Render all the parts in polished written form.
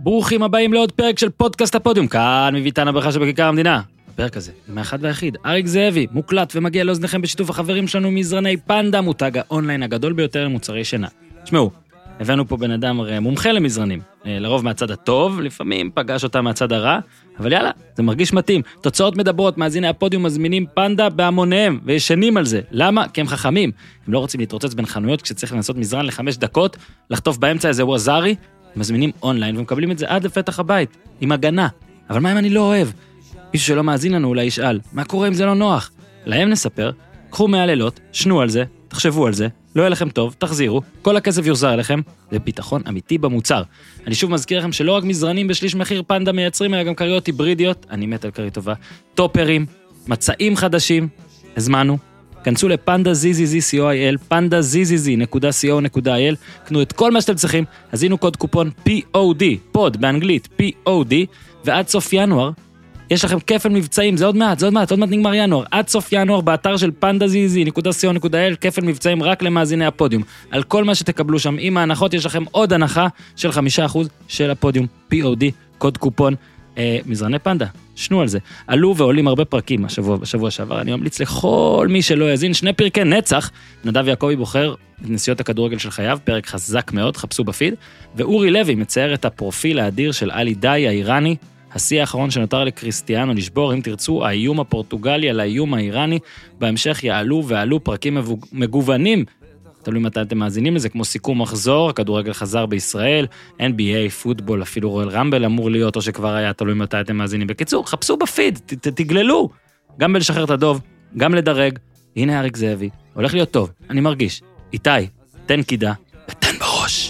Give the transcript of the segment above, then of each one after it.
ברוכים הבאים לעוד פרק של פודקאסט הפודיום, כאן מביתן הברכה שבכיכר המדינה. הפרק הזה, עם האחד והיחיד, אריק זאבי, מוקלט ומגיע לאוזניכם בשיתוף החברים שלנו מזרני פנדה, מותג האונליין הגדול ביותר למוצרי שינה. תשמעו, הבאנו פה בן אדם מומחה למזרנים, לרוב מהצד הטוב, לפעמים פגש אותה מהצד הרע, אבל יאללה, זה מרגיש מתאים. תוצאות מדברות, מאזיני הפודיום מזמינים פנדה בהמוניהם, וישנים על זה. למה? כי הם חכמים. הם לא רוצים להתרוצץ בין חנויות כשצריך לנסות מזרן ל5 דקות, לחטוף באמצע איזה ווזרי, מזמינים אונליין ומקבלים את זה עד לפתח הבית, עם הגנה. אבל מה אם אני לא אוהב? מישהו שלא מאזין לנו אולי ישאל, מה קורה אם זה לא נוח? להם נספר, קחו מהלילות, שנו על זה, תחשבו על זה, לא יהיה לכם טוב, תחזירו, כל הכסף יוחזר אליכם, לביטחון אמיתי במוצר. אני שוב מזכיר לכם שלא רק מזרנים בשליש מחיר פנדה מייצרים, אלא גם קריות היברידיות, אני מת על קרית טובה, טופרים, מצעים חדשים, הזמנו, כנסו לפנדה ZZZ.co.il, pandazzz.co.il, קנו את כל מה שאתם צריכים, הזינו קוד קופון POD, פוד באנגלית, POD, ועד סוף ינואר, יש לכם כפל מבצעים, זה עוד מעט נגמר ינואר, עד סוף ינואר באתר של pandazzz.co.il, כפל מבצעים רק למאזיני הפודיום. על כל מה שתקבלו שם, עם ההנחות יש לכם עוד הנחה של 5% של הפודיום, POD, קוד קופון, מזרני פנדה, שנו על זה. עלו ועולים הרבה פרקים בשבוע שעבר, אני ממליץ לכל מי שלא יזין, 2 פרקי נצח, נדב יעקבי בוחר את נסיעות הכדורגל של חייו, פרק חזק מאוד, חפשו בפיד, ואורי לוי מצייר את הפרופיל האדיר של אלי דאי האיראני, השיא האחרון שנותר לקריסטיאנו לשבור, אם תרצו, האיום הפורטוגלי על האיום האיראני, בהמשך יעלו ועלו פרקים מגוונים, תלוי מתי אתם מאזינים לזה, כמו סיכום מחזור, הכדורגל חזר בישראל, NBA, פוטבול, אפילו רואל רמבל אמור להיות, או שכבר היה, תלוי מתי אתם מאזינים. בקיצור, חפשו בפיד, תגללו, גם בלשחרר את הדוב, גם לדרג, הנה אריק זאבי, הולך להיות טוב, אני מרגיש, איתי, תן קידה, ותן בראש.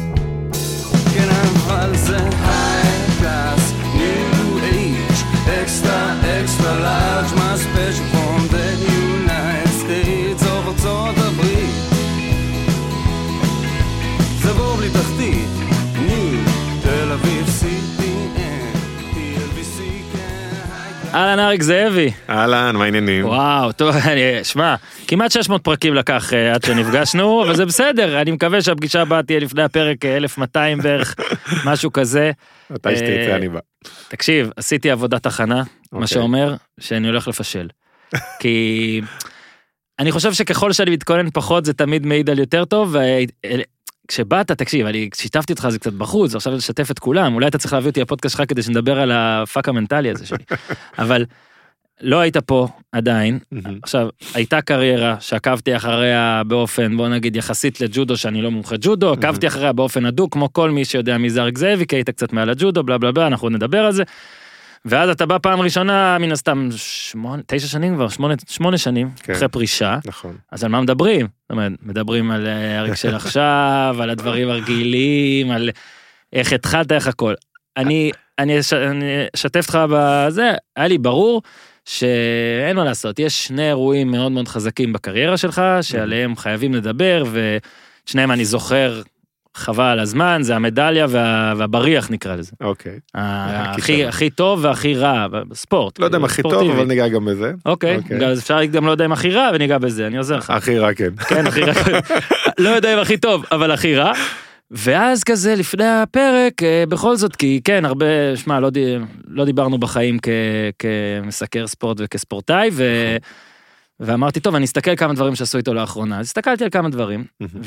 כן, אבל זה high class, new age, extra large, my special from the United States of ארצות הברית. זה בור בלי תחתית, ניו, תל אביב, CTN, TLBC, אהלן אריק זאבי. אהלן, מה העניינים? וואו, טוב, שמע, כמעט 600 פרקים לקח עד שנפגשנו, אבל זה בסדר, אני מקווה שהפגישה הבאה תהיה לפני הפרק 1200 בערך, משהו כזה. מתי שתרצה אני בא. תקשיב, עשיתי עבודת הכנה, מה שאומר שאני הולך לפשל. כי אני חושב שככל שאני מתכונן פחות, זה תמיד מעיד על יותר טוב, כשבאת, תקשיב, אני שיתפתי אותך זה קצת בחוץ, עכשיו לשתף את כולם, אולי אתה צריך להביא אותי לפודקאסט שלך כדי שנדבר על הפאק המנטלי הזה שלי. אבל לא היית פה עדיין, עכשיו, הייתה קריירה שעקבתי אחריה באופן, בוא נגיד, יחסית לג'ודו, שאני לא מומחה ג'ודו, עקבתי אחריה באופן הדוק, כמו כל מי שיודע מי זה אריק זאבי, כי היית קצת מעל הג'ודו, בלה בלה בלה, אנחנו נדבר על זה, ואז אתה בא פעם ראשונה, מן הסתם 9 שנים כבר, 8 שנים, אחרי פרישה, אז על מה מדברים? זאת אומרת, מדברים על אריק של עכשיו, על הדברים הרגילים, על איך התחלת, איך הכל. אני אשתף אותך בזה, היה לי ברור שאין מה לעשות, יש 2 אירועים מאוד מאוד חזקים בקריירה שלך, שעליהם חייבים לדבר, ושניהם אני זוכר חבל על הזמן, זה המדליה והבריח נקרא לזה. אוקיי. הכי טוב והכי רע בספורט. לא יודע אם הכי טוב, אבל ניגע גם בזה. אוקיי, אז אפשר גם לא יודע אם הכי רע, וניגע בזה, אני עוזר לך. הכי רע, כן. כן, הכי רע. לא יודע אם הכי טוב, אבל הכי רע. ואז כזה לפני הפרק, בכל זאת, כי כן, הרבה, שמע, לא דיברנו בחיים כמסקר ספורט וכספורטאי, ואמרתי, טוב, אני אסתכל כמה דברים שעשו איתו לאחרונה, אז הסתכלתי על כמה דברים,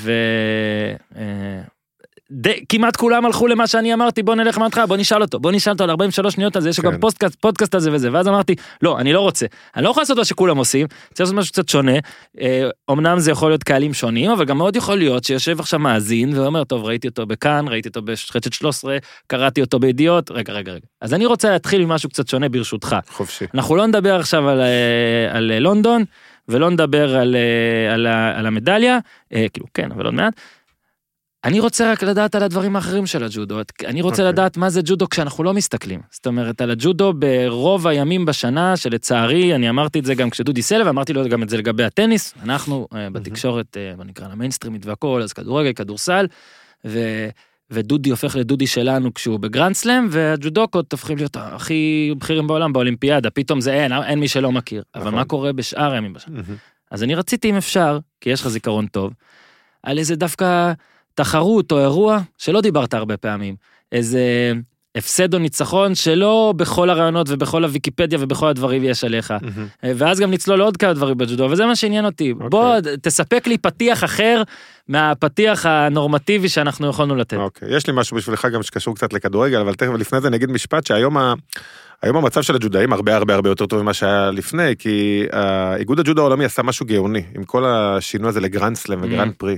כמעט כולם הלכו למה שאני אמרתי, בוא נלך מהתחלה, בוא נשאל אותו על 43 שניות על זה, יש גם פודקאסט על זה וזה, ואז אמרתי, לא, אני לא רוצה, אני לא יכול לעשות מה שכולם עושים, צריך לעשות משהו קצת שונה, אמנם זה יכול להיות קהלים שונים, אבל גם מאוד יכול להיות שיושב עכשיו מאזין, ואומר, טוב, ראיתי אותו בכאן, ראיתי אותו בחדשות 13, קראתי אותו בידיעות, רגע, אז אני רוצה להתחיל עם משהו קצת שונה ברשותך. חופשי. אנחנו לא נדבר עכשיו על לונדון, ולא נדבר על המדליה, כאילו, כן, אבל עוד מעט, אני רוצה רק לדעת על הדברים האחרים של הג'ודו, אני רוצה לדעת מה זה ג'ודו כשאנחנו לא מסתכלים, זאת אומרת, על הג'ודו ברוב הימים בשנה, שלצערי, אני אמרתי את זה גם כשדודי סלע, ואמרתי לו גם את זה לגבי הטניס, אנחנו בתקשורת, נקרא למיינסטרימית והכל, אז כדורגל, כדורסל, ודודי הופך לדודי שלנו כשהוא בגרנד סלאם, והג'ודוקות הופכים להיות הכי בכירים בעולם, באולימפיאדה, פתאום זה אין מי שלא מכיר, אבל מה קורה בשאר הימים בשנה? אז אני רציתי אם אפשר, כי יש לך זיכרון טוב, על איזה דווקא תחרות או אירוע שלא דיברת הרבה פעמים, איזה הפסד או ניצחון שלא בכל הרעיונות ובכל הוויקיפדיה ובכל הדברים יש עליך. ואז גם נצלול עוד כמה דברים בג'ודו, וזה מה שעניין אותי. בוא תספק לי פתיח אחר מהפתיח הנורמטיבי שאנחנו יכולנו לתת. אוקיי, יש לי משהו בשבילך גם שקשור קצת לכדורגל, אבל תכף לפני זה נגיד משפט שהיום המצב של הג'ודאים הרבה יותר טוב ממה שהיה לפני, כי איגוד הג'ודו העולמי עשה משהו גאוני, עם כל השינוי הזה לגרנד סלאם וגרנד פרי.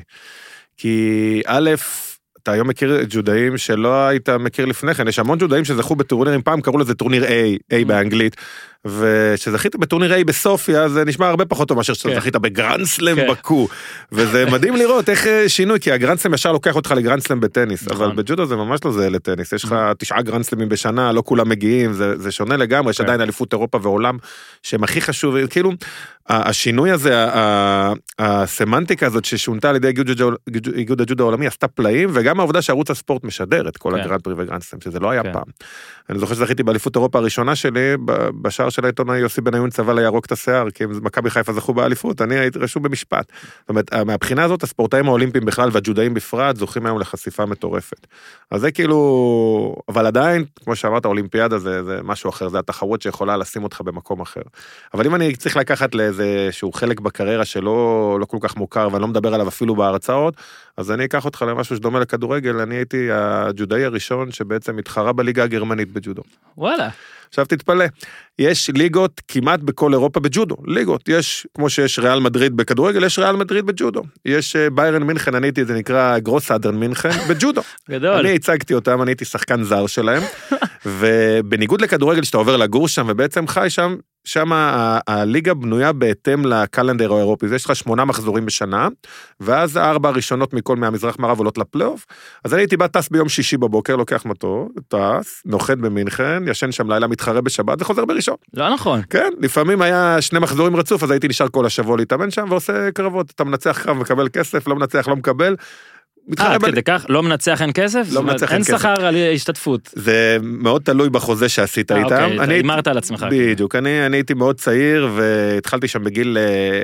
כי א', אתה היום מכיר ג'ודאים שלא היית מכיר לפני כן, יש המון ג'ודאים שזכו בטורנירים, פעם קראו לזה טורניר A באנגלית, ושזכית בטורניר A בסופיה, זה נשמע הרבה פחות טוב מאשר שזכית בגרנד סלאם בקו, וזה מדהים לראות איך שינוי, כי הגרנד סלאם ישר לוקח אותך לגרנד סלאם בטניס, אבל בג'ודו זה ממש לא זה לטניס, יש לך 9 גרנד סלאמים בשנה, לא כולם מגיעים, זה שונה לגמרי, יש עדיין אליפות אירופה ועולם, שהם הכי חשוב, כאילו, השינוי הזה, הסמנטיקה הזאת ששונתה על ידי איגוד הג'ודו העולמי, עשתה פלאים, וגם העובדה שערוץ הספורט משדר את כל הגרנד פרי וגרנד סלאם, שזה לא היה פעם. אני זוכר שזכיתי באליפות אירופה הראשונה שלי, בשער של העיתונאי יוסי בניון צבא לירוק את השיער, כי מכבי חיפה זכו באליפות, אני הייתי רשום במשפט. זאת אומרת, מהבחינה הזאת, הספורטאים האולימפיים בכלל, והג'ודאים בפרט, זוכים היום לחשיפה מטורפת. אז זה כאילו, אבל עדיין, כמו שאמרת, האולימפיאדה זה משהו אחר, זה התחרות שיכולה לשים אותך במקום אחר. אבל אם אני צריך לקחת לאיזה שהוא חלק בקריירה שלא לא כל כך מוכר, ואני לא מדבר עליו אפילו בהרצאות, אז אני אקח אותך למשהו שדומה לכדורגל, אני הייתי הג'ודאי הראשון שבעצם התחרה בליגה הגרמנית בג'ודו. וואלה. עכשיו תתפלא, יש ליגות כמעט בכל אירופה בג'ודו, ליגות, יש, כמו שיש ריאל מדריד בכדורגל, יש ריאל מדריד בג'ודו, יש ביירן מינכן, אני הייתי, זה נקרא גרוס-סאדרן מינכן, בג'ודו. גדול. אני הצגתי אותם, אני הייתי שחקן זר שלהם, ובניגוד לכדורגל שאתה עובר לגור שם, ובעצם חי שם הליגה בנויה בהתאם לקלנדר האירופי, יש לך 8 מחזורים בשנה, ואז 4 הראשונות מכל מהמזרח מערב עולות לפלייאוף, אז אני הייתי בא טס ביום שישי בבוקר, לוקח מטור, טס, נוחת במינכן, ישן שם לילה, מתחרה בשבת, וחוזר בראשון. לא נכון. כן, לפעמים היה 2 מחזורים רצוף, אז הייתי נשאר כל השבוע להתאמן שם, ועושה קרבות, אתה מנצח קרב, מקבל כסף, לא מנצח, לא מקבל, כדי כך, לא מנצח אין כסף? לא מנצח אין כסף. אין שכר על השתתפות. זה מאוד תלוי בחוזה שעשית איתם. אוקיי, אמרת על עצמך. בדיוק, אני הייתי מאוד צעיר, והתחלתי שם בגיל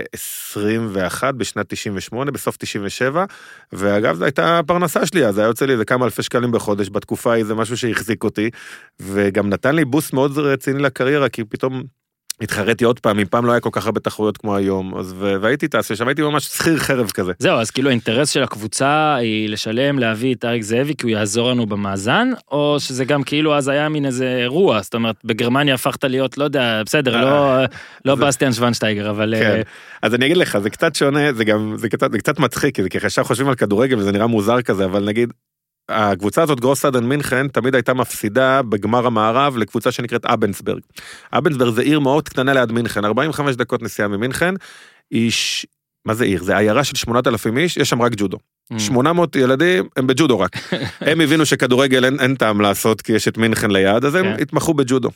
21, בשנת 98, בסוף 97, ואגב, זו הייתה הפרנסה שלי, אז היה יוצא לי איזה כמה אלפי שקלים בחודש, בתקופה היא זה משהו שהחזיק אותי, וגם נתן לי בוסט מאוד רציני לקריירה, כי פתאום התחרתי עוד פעם, פעם לא היה כל כך הרבה תחרויות כמו היום, והייתי טס, ושם הייתי ממש שכיר חרב כזה. זהו, אז כאילו האינטרס של הקבוצה היא לשלם, להביא את אריק זאבי, כי הוא יעזור לנו במאזן, או שזה גם כאילו אז היה מין איזה אירוע, זאת אומרת, בגרמניה הפכת להיות, לא יודע, בסדר, לא בסטיאן שוונשטייגר, אבל... כן, אז אני אגיד לך, זה קצת שונה, זה קצת מצחיק, כי עכשיו חושבים על כדורגל, וזה נראה מוזר כזה, אבל נגיד, הקבוצה הזאת, גרוס-סאדרן מינכן, תמיד הייתה מפסידה בגמר המערב לקבוצה שנקראת אבנסברג. אבנסברג זה עיר מאוד קטנה ליד מינכן, 45 דקות נסיעה ממינכן, מה זה עיר? זה עיירה של 8,000 איש, יש שם רק ג'ודו. 800 ילדים הם בג'ודו רק. הם הבינו שכדורגל אין טעם לעשות, כי יש את מינכן ליד, אז הם התמחו בג'ודו.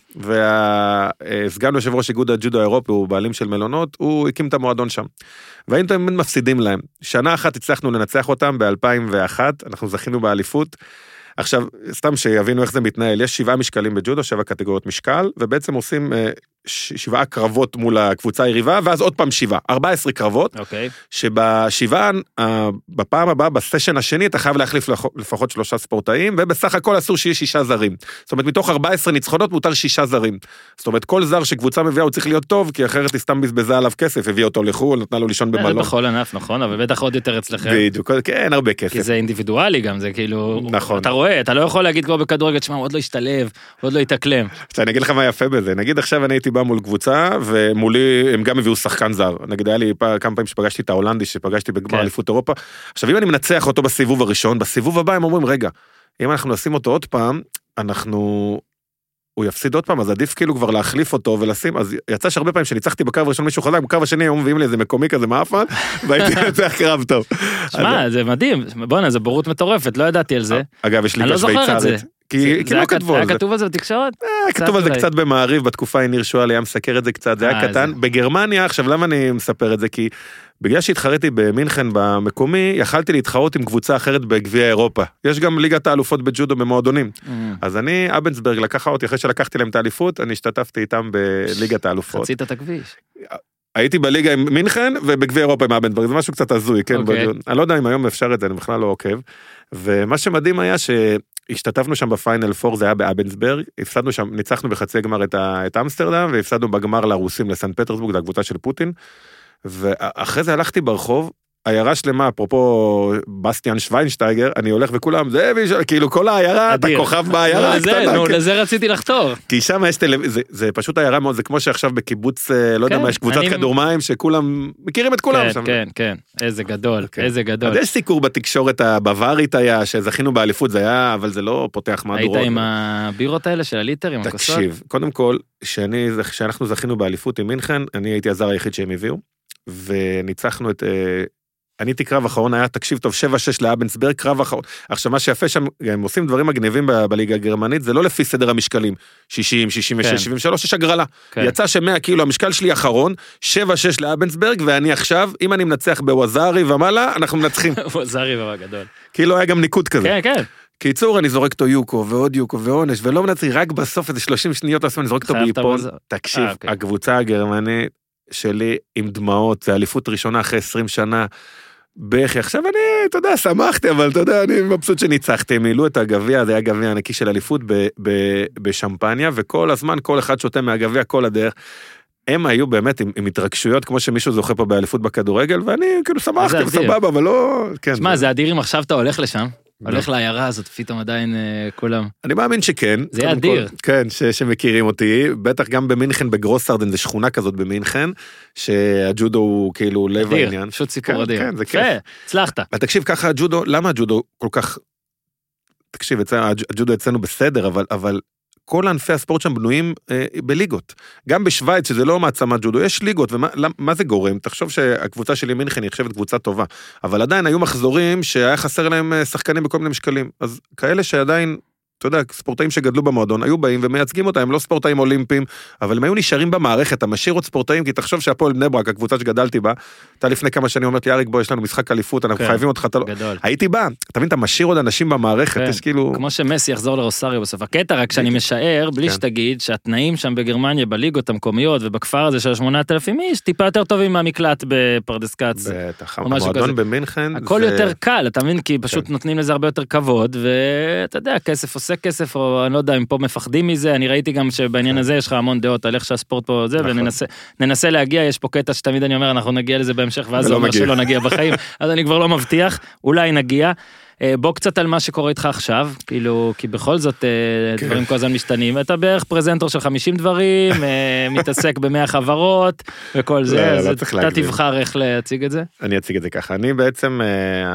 והסגן יושב ראש איגוד הג'ודו האירופי, הוא בעלים של מלונות, הוא הקים את המועדון שם. והיינו תמיד מפסידים להם. שנה אחת הצלחנו לנצח אותם ב-2001, אנחנו זכינו באליפות. עכשיו, סתם שיבינו איך זה מתנהל, יש 7 משקלים בג'ודו, 7 קטגוריות משקל, ובעצם עושים 7 קרבות מול הקבוצה היריבה, ואז עוד פעם 7, 14 קרבות, שבשבעה, בפעם הבאה, בסשן השני, אתה חייב להחליף לפחות 3 ספורטאים, ובסך הכל אסור שיהיה 6 זרים. זאת אומרת, מתוך 14 ניצחונות מותר 6 זרים. זאת אומרת, כל זר שקבוצה מביאה הוא צריך להיות טוב, כי אחרת היא סתם בזבזה עליו כסף, הביאה אותו לחו"ל, נתנה לו לישון במלון. בכל ענף, נכון, אבל בטח עוד יותר אצלכם. בדיוק, כן, הרבה כסף. כי זה אינדיבידואלי גם, זה כאילו, נכון. אתה רואה, אתה לא יכול להגיד כמו בכדורגל, תשמע, עוד לא ישתלב, עוד לא יתאקלם. אני אגיד לך מה יפה בזה. נגיד עכשיו אני הייתי בא מול קבוצה, ומולי הם גם הביאו שחקן זר. נגיד היה לי כמה פעמים שפגשתי את ההולנדי, שפגשתי בגמר אליפות אירופה. עכשיו אם אני מנצח אותו בסיבוב הראשון, בסיבוב הבא הם אומרים, רגע, אם אנחנו נשים אותו עוד פעם, הוא יפסיד עוד פעם, אז עדיף כאילו כבר להחליף אותו ולשים, אז יצא שהרבה פעמים שניצחתי בקרב ראשון מישהו חזק, בקרב השני הם מביאים לי איזה מקומי כזה מאפן, והייתי נצח קרב טוב. שמע, זה מדהים, בוא'נה, זה בורות מטורפת, לא ידעתי על זה. אגב, יש לי שוויצרית. כי לא כתבו על זה. היה כתוב על זה בתקשורת? כתוב על זה קצת במעריב, בתקופה ניר שואל היה מסקר את זה קצת, זה היה קטן. בגרמניה, עכשיו למה אני מספר את זה? כי בגלל שהתחרתי במינכן במקומי, יכלתי להתחרות עם קבוצה אחרת בגביע אירופה. יש גם ליגת האלופות בג'ודו במועדונים. אז אני, אבנסברג לקחה אותי, אחרי שלקחתי להם את האליפות, אני השתתפתי איתם בליגת האלופות. חצית את הכביש. הייתי בליגה עם מינכן ובגביע אירופה עם אבנסברג, זה משהו קצת הזוי, כן? אני לא יודע אם היום אפשר את זה, אני בכלל לא עוקב. ומה שמדהים היה השתתפנו שם בפיינל 4, זה היה באבנסברג, הפסדנו שם, ניצחנו בחצי גמר את אמסטרדם, והפסדנו בגמר לרוסים לסן פטרסבורג, לקבוצה של פוטין, ואחרי זה הלכתי ברחוב, העיירה שלמה, אפרופו בסטיאן שוויינשטייגר, אני הולך וכולם, זה כאילו כל העיירה, אתה כוכב בעיירה הקטנה. נו, לזה רציתי לחתור. כי שם יש זה פשוט העיירה מאוד, זה כמו שעכשיו בקיבוץ, לא יודע מה, יש קבוצת כדור מים, שכולם, מכירים את כולם שם. כן, כן, איזה גדול, איזה גדול. אז יש סיקור בתקשורת הבווארית היה, שזכינו באליפות, זה היה, אבל זה לא פותח מהדורות. היית עם הבירות האלה של הליטר, עם הכוסות? תקשיב, קודם כל, שאנחנו זכינו באליפות עם מינכן, אני הייתי הזר היחיד שהם הביאו, וניצחנו את אני הייתי קרב אחרון, היה תקשיב טוב 7-6 לאבנסברג, קרב אחרון. עכשיו מה שיפה שם, הם עושים דברים מגניבים בליגה הגרמנית, זה לא לפי סדר המשקלים, 60, 66, 73, יש הגרלה. יצא ש100 קילו, המשקל שלי אחרון, 7-6 לאבנסברג, ואני עכשיו, אם אני מנצח בווזארי ומעלה, אנחנו מנצחים. ווזארי ובגדול. כאילו היה גם ניקוד כזה. כן, כן. קיצור, אני זורק אותו יוקו, ועוד יוקו, ועונש, ולא מנצחי, רק בסוף איזה 30 שניות, אני זורק אותו באיפון. תקשיב, הקבוצה הגרמנית שלי עם דמעות, זה אליפות ראשונה אחרי 20 שנה, בכי, עכשיו אני, אתה יודע, שמחתי, אבל אתה יודע, אני מבסוט שניצחתי, הם העלו את הגביע, זה היה גביע ענקי של אליפות בשמפניה, וכל הזמן, כל אחד שותה מהגביע, כל הדרך, הם היו באמת עם התרגשויות, כמו שמישהו זוכה פה באליפות בכדורגל, ואני כאילו שמחתי, וסבבה, אבל לא... שמע, זה אדיר אם עכשיו אתה הולך לשם, הולך לעיירה הזאת, פתאום עדיין כולם. אני מאמין שכן. זה אדיר. כן, שמכירים אותי, בטח גם במינכן, בגרוסרדן, זה שכונה כזאת במינכן, שהג'ודו הוא כאילו לב העניין. אדיר, פשוט סיפור אדיר. כן, זה כיף. הצלחת. ותקשיב, ככה הג'ודו, למה הג'ודו כל כך... תקשיב, הג'ודו אצלנו בסדר, אבל כל ענפי הספורט שם בנויים בליגות. גם בשוויץ, שזה לא מעצמת ג'ודו, יש ליגות, ומה זה גורם? תחשוב שהקבוצה שלי מינכן היא נחשבת קבוצה טובה, אבל עדיין היו מחזורים שהיה חסר להם שחקנים בכל מיני משקלים, אז כאלה שעדיין, אתה יודע, ספורטאים שגדלו במועדון, היו באים ומייצגים אותם, הם לא ספורטאים אולימפיים, אבל הם היו נשארים במערכת, אתה משאיר עוד ספורטאים, כי תחשוב שהפועל בני ברק, הקבוצה שגדלתי בה, אתה לפני כמה שנים אומרת לי, אריק, בוא, יש לנו משחק אליפות, אנחנו חייבים אותך, הייתי בא, אתה מבין, אתה משאיר עוד אנשים במערכת, יש כאילו... כמו שמסי יחזור לרוסריו בסוף הקטע, רק שאני משער, בלי שתגיד, שהתנאים שם בגרמניה, בליגות המקומיות, ובכפר הזה של 8,000 איש, טיפה יותר טובים מהמקלט בפרדס כץ. בטח, המועדון במינכן, הכל יותר קל, אתה מבין, כי פשוט נותנים לזה הרבה יותר כבוד, ואתה יודע, כסף עושה כסף, או אני לא יודע אם פה מפחדים מזה, אני ראיתי גם שבעניין הזה יש לך המון דעות על איך שהספורט פה זה, וננסה להגיע, יש פה קטע שתמיד אני אומר, אנחנו נגיע לזה בהמשך, ואז זה אומר שלא נגיע בחיים, אז אני כבר לא מבטיח, אולי נגיע. בוא קצת על מה שקורה איתך עכשיו, כאילו, כי בכל זאת דברים כל הזמן משתנים, אתה בערך פרזנטור של 50 דברים, מתעסק ב100 חברות, וכל זה, אז אתה תבחר איך להציג את זה? אני אציג את זה ככה, אני בעצם,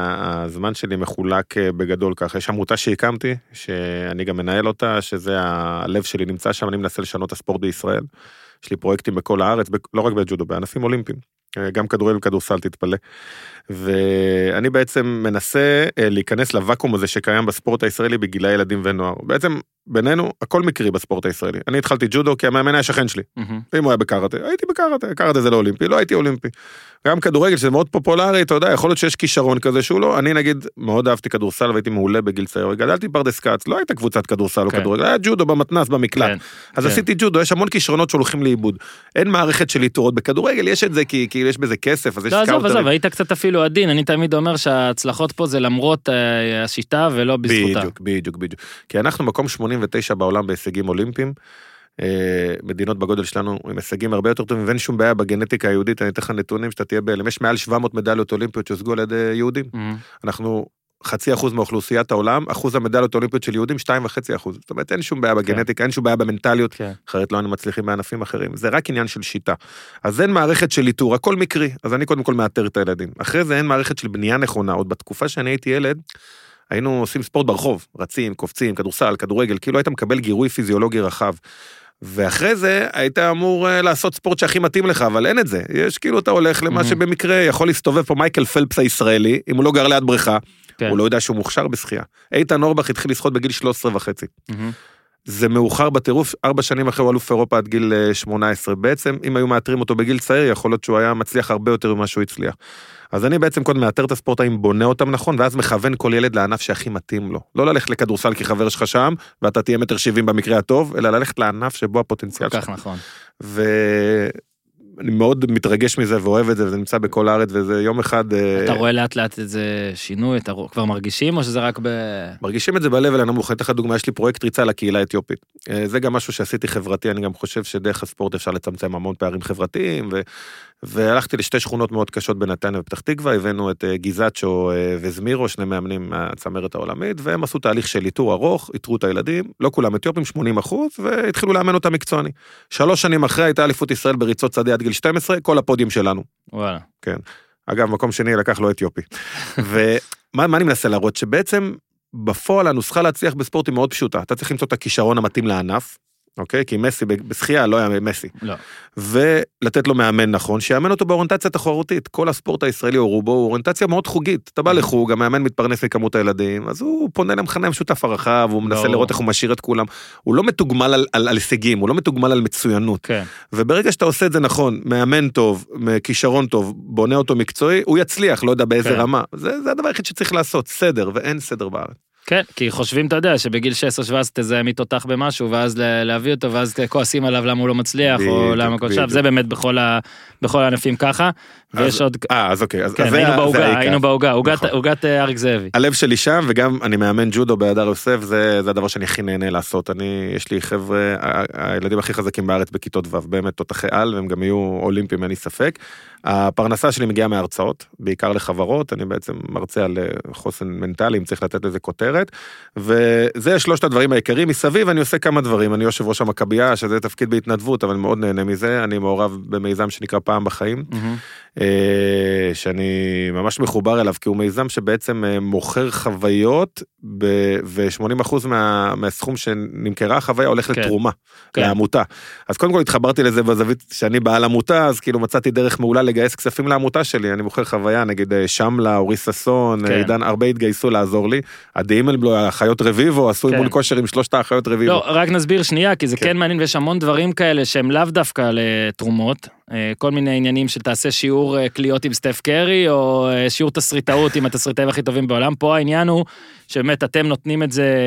הזמן שלי מחולק בגדול ככה, יש עמותה שהקמתי, שאני גם מנהל אותה, שזה הלב שלי נמצא שם, אני מנסה לשנות הספורט בישראל, יש לי פרויקטים בכל הארץ, לא רק בג'ודו, בענפים אולימפיים, גם כדורגל וכדורסל תתפלא, ואני בעצם מנסה להיכנס לוואקום הזה שקיים בספורט הישראלי בגילי ילדים ונוער. בעצם בינינו הכל מקרי בספורט הישראלי. אני התחלתי ג'ודו כי המאמן היה שכן שלי. ואם הוא היה בקראטה, הייתי בקראטה, קראטה זה לא אולימפי, לא הייתי אולימפי. גם כדורגל שזה מאוד פופולרי, אתה יודע, יכול להיות שיש כישרון כזה שהוא לא, אני נגיד מאוד אהבתי כדורסל והייתי מעולה בגיל צעיר, גדלתי פרדס כץ, לא הייתה קבוצת כדורסל או כדורגל, היה ג'ודו במתנ"ס במקלט. אז עשיתי ג'ודו, יש המון כישרונות שהולכים לאיבוד. אין מערכת של איתורות בכדורגל, יש את זה כי יש בזה כסף, אז יש סקאוטרים. היית קצת אפילו עדין, אני תמיד אומר שההצלחות פה זה למרות השיטה ולא בזכותה. בדיוק. כי אנחנו מקום 89 בעולם בהישגים אולימפיים, מדינות בגודל שלנו עם הישגים הרבה יותר טובים, ואין שום בעיה בגנטיקה היהודית, אני אתן לך נתונים שאתה תהיה בהלם, יש מעל 700 מדליות אולימפיות שהושגו על ידי יהודים, אנחנו 0.5% מאוכלוסיית העולם, אחוז המדליות האולימפיות של יהודים 2.5%, זאת אומרת אין שום בעיה בגנטיקה, אין שום בעיה במנטליות, אחרת לא היינו מצליחים בענפים אחרים, זה רק עניין של שיטה, אז אין מערכת של איתור, הכל מקרי, אז אני קודם כל מאתר את הילדים, אחרי זה אין מערכת של בנייה נכונה, עוד בתקופה שאני הייתי ילד, היינו עושים ספורט ברחוב, רצים, קופצים, כדורסל, כדורגל, כאילו היית מקבל גירוי פיזיולוגי רחב, ואחרי זה היית אמור לעשות ספורט שהכי מתאים לך, אבל אין את זה, יש כאילו אתה הולך למה שבמקרה יכול להסתובב פה מייקל פלפס הישראלי, אם הוא לא גר ליד בריכה, הוא לא יודע שהוא מוכשר בשחייה. איתן אורבך התחיל לשחות בגיל 13.5. זה מאוחר בטירוף, 4 שנים אחרי הוא אלוף אירופה עד גיל 18. בעצם, אם היו מאתרים אותו בגיל צעיר, יכול להיות שהוא היה מצליח הרבה יותר ממה שהוא הצליח. אז אני בעצם קודם מאתר את הספורטאים, בונה אותם נכון, ואז מכוון כל ילד לענף שהכי מתאים לו. לא ללכת לכדורסל כי חבר שלך שם, ואתה תהיה 1.70 במקרה הטוב, אלא ללכת לענף שבו הפוטנציאל שלך. כך נכון. אני מאוד מתרגש מזה ואוהב את זה, וזה נמצא בכל הארץ, וזה יום אחד... אתה רואה לאט לאט את זה שינוי, אתה כבר מרגישים, או שזה רק מרגישים את זה בלבל הנמוך. אני אתן לך דוגמה, יש לי פרויקט ריצה לקהילה האתיופית. זה גם משהו שעשיתי חברתי, אני גם חושב שדרך הספורט אפשר לצמצם המון פערים חברתיים, והלכתי לשתי שכונות מאוד קשות בנתניה ופתח תקווה, הבאנו את גיזצ'ו וזמירו, שני מאמנים מהצמרת העולמית, והם עשו תהליך של איתור ארוך, איתרו את הילדים, לא כולם אתיופים, 80%, והתחילו לאמן אותם מקצועני. 3 שנים אחרי הייתה אליפות ישראל בריצות שדה עד גיל 12, כל הפודיום שלנו. וואלה. כן. אגב, מקום שני לקח לו אתיופי. ומה אני מנסה להראות? שבעצם בפועל הנוסחה להצליח בספורט היא מאוד פשוטה. אתה צריך למצוא את הכישרון המתאים לענף, אוקיי? כי מסי בשחייה לא היה מסי. לא. ולתת לו מאמן נכון, שיאמן אותו באוריינטציה תחרותית. כל הספורט הישראלי או רובו הוא אוריינטציה מאוד חוגית. אתה בא לחוג, המאמן מתפרנס מכמות הילדים, אז הוא פונה למכנה המשותף הרחב, הוא מנסה לראות איך הוא משאיר את כולם. הוא לא מתוגמל על הישגים, הוא לא מתוגמל על מצוינות. כן. וברגע שאתה עושה את זה נכון, מאמן טוב, כישרון טוב, בונה אותו מקצועי, הוא יצליח, לא יודע באיזה רמה. זה הדבר היחיד שצריך לעשות, סדר, ואין סדר בארץ. כן, כי חושבים, אתה יודע, שבגיל 16-17 תזהם איתותח במשהו, ואז להביא אותו, ואז כועסים עליו למה הוא לא מצליח, או למה כל שב, זה באמת בכל הענפים ככה, ויש עוד... אז אוקיי, אז היינו בעוגה, עוגת אריק זאבי. הלב שלי שם, וגם אני מאמן ג'ודו בהדר יוסף, זה הדבר שאני הכי נהנה לעשות, יש לי חבר'ה, הילדים הכי חזקים בארץ בכיתות ו', באמת תותחי על, והם גם יהיו אולימפיים, אין לי ספק. הפרנסה שלי מגיעה מההרצאות, בעיקר לחברות, אני בעצם מרצה על חוסן מנטלי, אם צריך לתת לזה כותרת, וזה 3 הדברים העיקריים. מסביב אני עושה כמה דברים, אני יושב ראש המכבייה, שזה תפקיד בהתנדבות, אבל מאוד נהנה מזה, אני מעורב במיזם שנקרא פעם בחיים, שאני ממש מחובר אליו, כי הוא מיזם שבעצם מוכר חוויות, ו-80% מהסכום שנמכרה החוויה הולך לתרומה, לעמותה. אז קודם כל התחברתי לזה בזווית שאני בעל עמותה, אז כאילו מצאתי דרך מעולה לגייס כספים לעמותה שלי, אני מוכר חוויה, נגיד שמלה, אורי ססון, עידן, הרבה התגייסו לעזור לי, עדי אימלבלו, האחיות רביבו, עשו אימון כושר עם 3 האחיות רביבו. לא, רק נסביר שנייה, כי זה כן מעניין, ויש המון דברים כאלה שהם לאו דווקא לתרומות, כל מיני עניינים של תעשה שיעור קליות עם סטף קרי, או שיעור תסריטאות עם התסריטאים הכי טובים בעולם. פה העניין הוא שבאמת אתם נותנים את זה,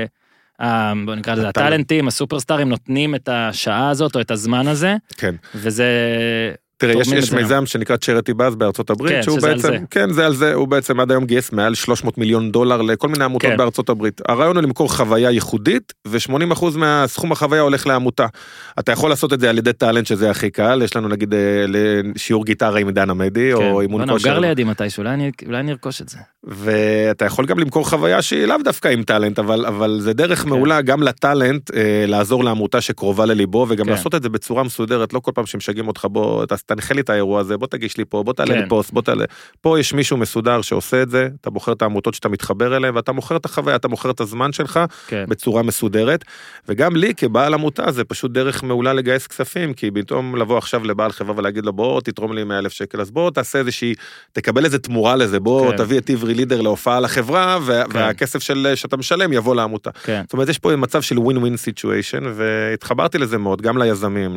בוא נקרא לזה, הטלנטים, הסופרסטארים נותנים את השעה הזאת או את הזמן הזה, כן. וזה... תראה, יש מיזם שנקרא צ'ריטי באז בארצות הברית, שהוא בעצם, כן, זה על זה, הוא בעצם עד היום גייס מעל $300 מיליון לכל מיני עמותות בארצות הברית. הרעיון הוא למכור חוויה ייחודית, ו-80% מהסכום החוויה הולך לעמותה. אתה יכול לעשות את זה על ידי טלנט, שזה הכי קל, יש לנו נגיד שיעור גיטרה עם דן עמדי, או אימון כושר. גר לידי מתישהו, אולי נרכוש את זה. ואתה יכול גם למכור חוויה שהיא לאו דווקא עם טלנט, אבל זה דרך מעולה גם לטלנט, לעזור לעמותה שקרובה לליבו, וגם לעשות את זה בצורה מסודרת, לא כל פעם שמשגעים אותך בו, תנחה לי את האירוע הזה, בוא תגיש לי פה, בוא תעלה לי פוסט, פה יש מישהו מסודר שעושה את זה, אתה בוחר את העמותות שאתה מתחבר אליהן, ואתה מוכר את החוויה, אתה מוכר את הזמן שלך, בצורה מסודרת, וגם לי כבעל עמותה, זה פשוט דרך מעולה לגייס כספים, כי פתאום לבוא עכשיו לבעל חברה ולהגיד לו, בוא תתרום לי 100,000 שקל, אז בוא תעשה איזושהי, תקבל איזה תמורה לזה, בוא תביא את עברי לידר להופעה לחברה, והכסף שאתה משלם יבוא לעמותה. זאת אומרת, יש פה מצב של win-win situation, והתחברתי לזה מאוד, גם ליזמים,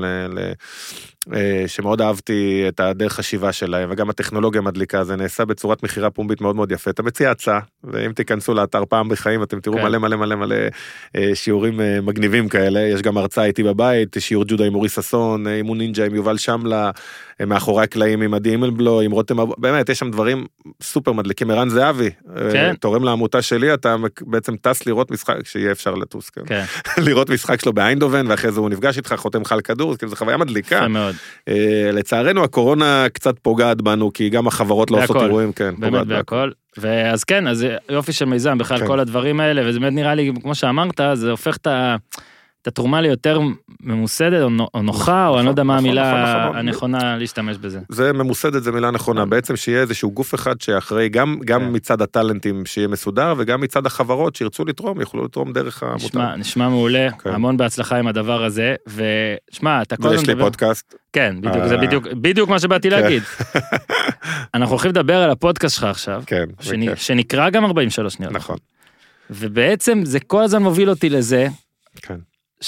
שמאוד אהבתי את הדרך חשיבה שלהם, וגם הטכנולוגיה מדליקה, זה נעשה בצורת מחירה פומבית מאוד מאוד יפה. אתה מציע הצעה, ואם תיכנסו לאתר פעם בחיים, אתם תראו מלא מלא מלא מלא שיעורים מגניבים כאלה, יש גם הרצאה איתי בבית, שיעור ג'ודו עם אורי ססון, אימון נינג'ה עם יובל שמלה, מאחורי הקלעים עם עדי אימלבלו, עם רותם, באמת, יש שם דברים סופר מדליקים. ערן זהבי, תורם לעמותה שלי, אתה בעצם טס לראות משחק, שיהיה אפשר לטוס, לראות משחק שלו באיינדובן, ואחרי זה הוא נפגש איתך, חותם חל כדור, זו חוויה מדליקה. לצערנו הקורונה קצת פוגעת בנו, כי גם החברות לא עושות אירועים, כן, באמת בהכל. ואז כן, אז יופי של מיזם, בכלל כל הדברים האלה, וזה באמת נראה לי, כמו שאמרת, זה הופך את התרומה ליותר ממוסדת, או נוחה, או אני לא יודע מה המילה הנכונה להשתמש בזה. זה ממוסדת, זה מילה נכונה. בעצם שיהיה איזשהו גוף אחד שאחראי, גם מצד הטלנטים שיהיה מסודר, וגם מצד החברות שירצו לתרום, יוכלו לתרום דרך העמותה. נשמע מעולה, המון בהצלחה עם הדבר הזה, ושמע, אתה כל הזמן... ויש לי פודקאסט. כן, זה בדיוק מה שבאתי להגיד. אנחנו הולכים לדבר על הפודקאסט שלך עכשיו, שנקרא גם 43 שניות. נכון. ובעצם זה כל הזמן מוביל אותי לזה, כן.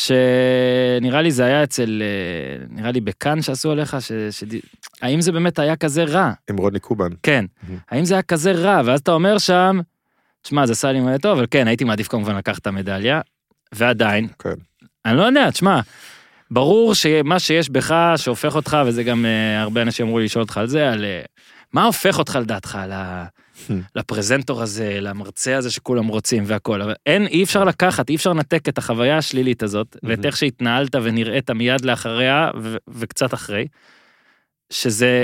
שנראה לי זה היה נראה לי בכאן שעשו עליך, האם זה באמת היה כזה רע? עם רוני קובן. כן, האם זה היה כזה רע? ואז אתה אומר שם, תשמע, זה עשה לי מלא טוב, אבל כן, הייתי מעדיף כמובן לקחת את המדליה, ועדיין, אני לא יודע, תשמע, ברור שמה שיש בך, שהופך אותך, וזה גם הרבה אנשים אמרו לי לשאול אותך על זה, על מה הופך אותך לדעתך, לפרזנטור הזה, למרצה הזה שכולם רוצים והכל, אבל אי אפשר לקחת, אי אפשר לנתק את החוויה השלילית הזאת, ואת איך שהתנהלת ונראית מיד לאחריה, וקצת אחרי, שזה,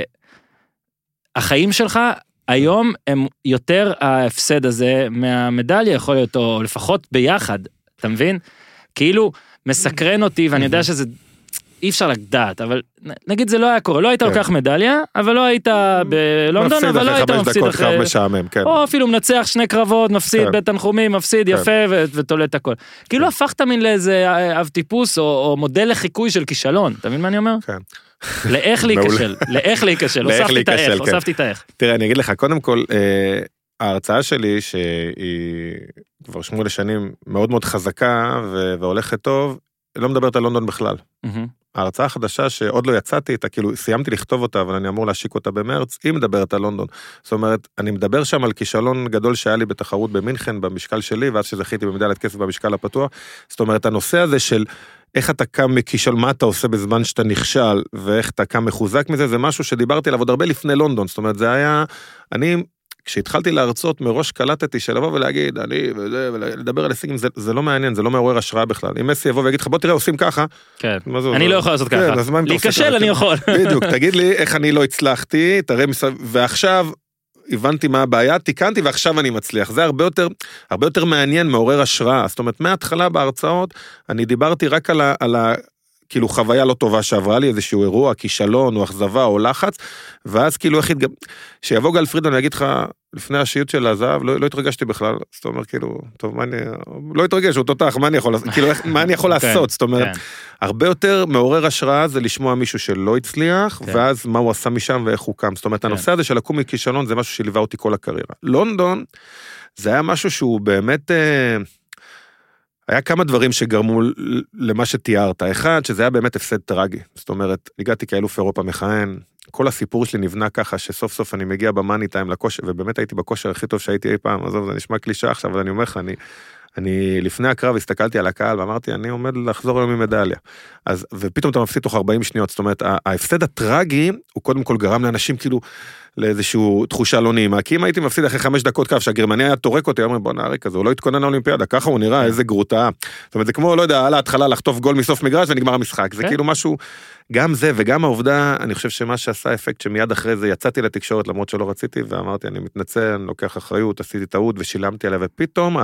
החיים שלך, היום הם יותר ההפסד הזה מהמדליה יכול להיות, או לפחות ביחד, אתה מבין? כאילו מסקרן אותי, ואני יודע שזה אי אפשר לדעת, אבל נגיד זה לא היה קורה, לא היית לוקח מדליה, אבל לא היית בלונדון, אבל לא היית מפסיד אחרי, או אפילו מנצח 2 קרבות, מפסיד בית תנחומים, מפסיד יפה ותולט הכל. כאילו הפכת מן לאיזה אב טיפוס, או מודל לחיקוי של כישלון, אתה מבין מה אני אומר? כן. לאיך להיכשל, לאיך להיכשל, הוספתי את האיך. תראה, אני אגיד לך, קודם כל, ההרצאה שלי, שהיא כבר 8 שנים מאוד מאוד חזקה, והולכת טוב, לא מדברת על לונדון בכלל. ההרצאה החדשה שעוד לא יצאתי, כאילו סיימתי לכתוב אותה, אבל אני אמור להשיק אותה במרץ, היא מדברת על לונדון. זאת אומרת, אני מדבר שם על כישלון גדול שהיה לי בתחרות במינכן, במשקל שלי, ואז שזכיתי במדליית כסף במשקל הפתוח. זאת אומרת, הנושא הזה של איך אתה קם מכישלון, מה אתה עושה בזמן שאתה נכשל, ואיך אתה קם מחוזק מזה, זה משהו שדיברתי עליו עוד הרבה לפני לונדון. זאת אומרת, זה היה, כשהתחלתי להרצות מראש קלטתי שלבוא ולהגיד, ולדבר על הישגים, זה לא מעניין, זה לא מעורר השראה בכלל. אם מסי יבוא ויגיד לך, בוא תראה, עושים ככה. כן, אני לא יכול לעשות ככה. להיכשל אני יכול. בדיוק, תגיד לי איך אני לא הצלחתי, ועכשיו הבנתי מה הבעיה, תיקנתי ועכשיו אני מצליח. זה הרבה יותר מעניין, מעורר השראה. זאת אומרת, מההתחלה בהרצאות, אני דיברתי רק על כאילו חוויה לא טובה שעברה לי, איזשהו אירוע, כישלון או אכזבה או לחץ, ואז כאילו איך שיבוא גל פרידמן ויגיד לך, לפני השיעוט של הזהב, לא התרגשתי בכלל, זאת אומרת כאילו, טוב, לא התרגש, הוא תותח, מה אני יכול לעשות, זאת אומרת, הרבה יותר מעורר השראה זה לשמוע מישהו שלא הצליח, ואז מה הוא עשה משם ואיך הוא קם, זאת אומרת, הנושא הזה של לקום מכישלון, זה משהו שליווה אותי כל הקריירה. לונדון, זה היה משהו שהוא באמת היה כמה דברים שגרמו למה שתיארת. אחד, שזה היה באמת הפסד טרגי. זאת אומרת, הגעתי כאלוף אירופה מכהן, כל הסיפור שלי נבנה ככה, שסוף סוף אני מגיע במאני טיים לכושר, ובאמת הייתי בכושר הכי טוב שהייתי אי פעם, עזוב, זה נשמע קלישה עכשיו, אבל אני אומר לך, אני לפני הקרב הסתכלתי על הקהל, ואמרתי, אני עומד לחזור היום ממדליה. אז, ופתאום אתה מפסיד תוך 40 שניות, זאת אומרת, ההפסד הטרגי, הוא קודם כל גרם לאנשים כאילו, לאיזשהו תחושה לא נעימה, כי אם הייתי מפסיד אחרי 5 דקות קו, שהגרמניה היה טורק אותי, אומר, בוא נערי כזה, הוא לא התכונן לאולימפיאדה, ככה הוא נראה, איזה גרוטה. זאת אומרת, זה כמו, לא יודע, על ההתחלה לחטוף גול מסוף מגרש ונגמר המשחק. זה כאילו משהו, גם זה וגם העובדה, אני חושב שמה שעשה אפקט שמיד אחרי זה יצאתי לתקשורת, למרות שלא רציתי, ואמרתי, אני מתנצל, אני לוקח אחריות, עשיתי טעות ושילמתי עליה, ופתאום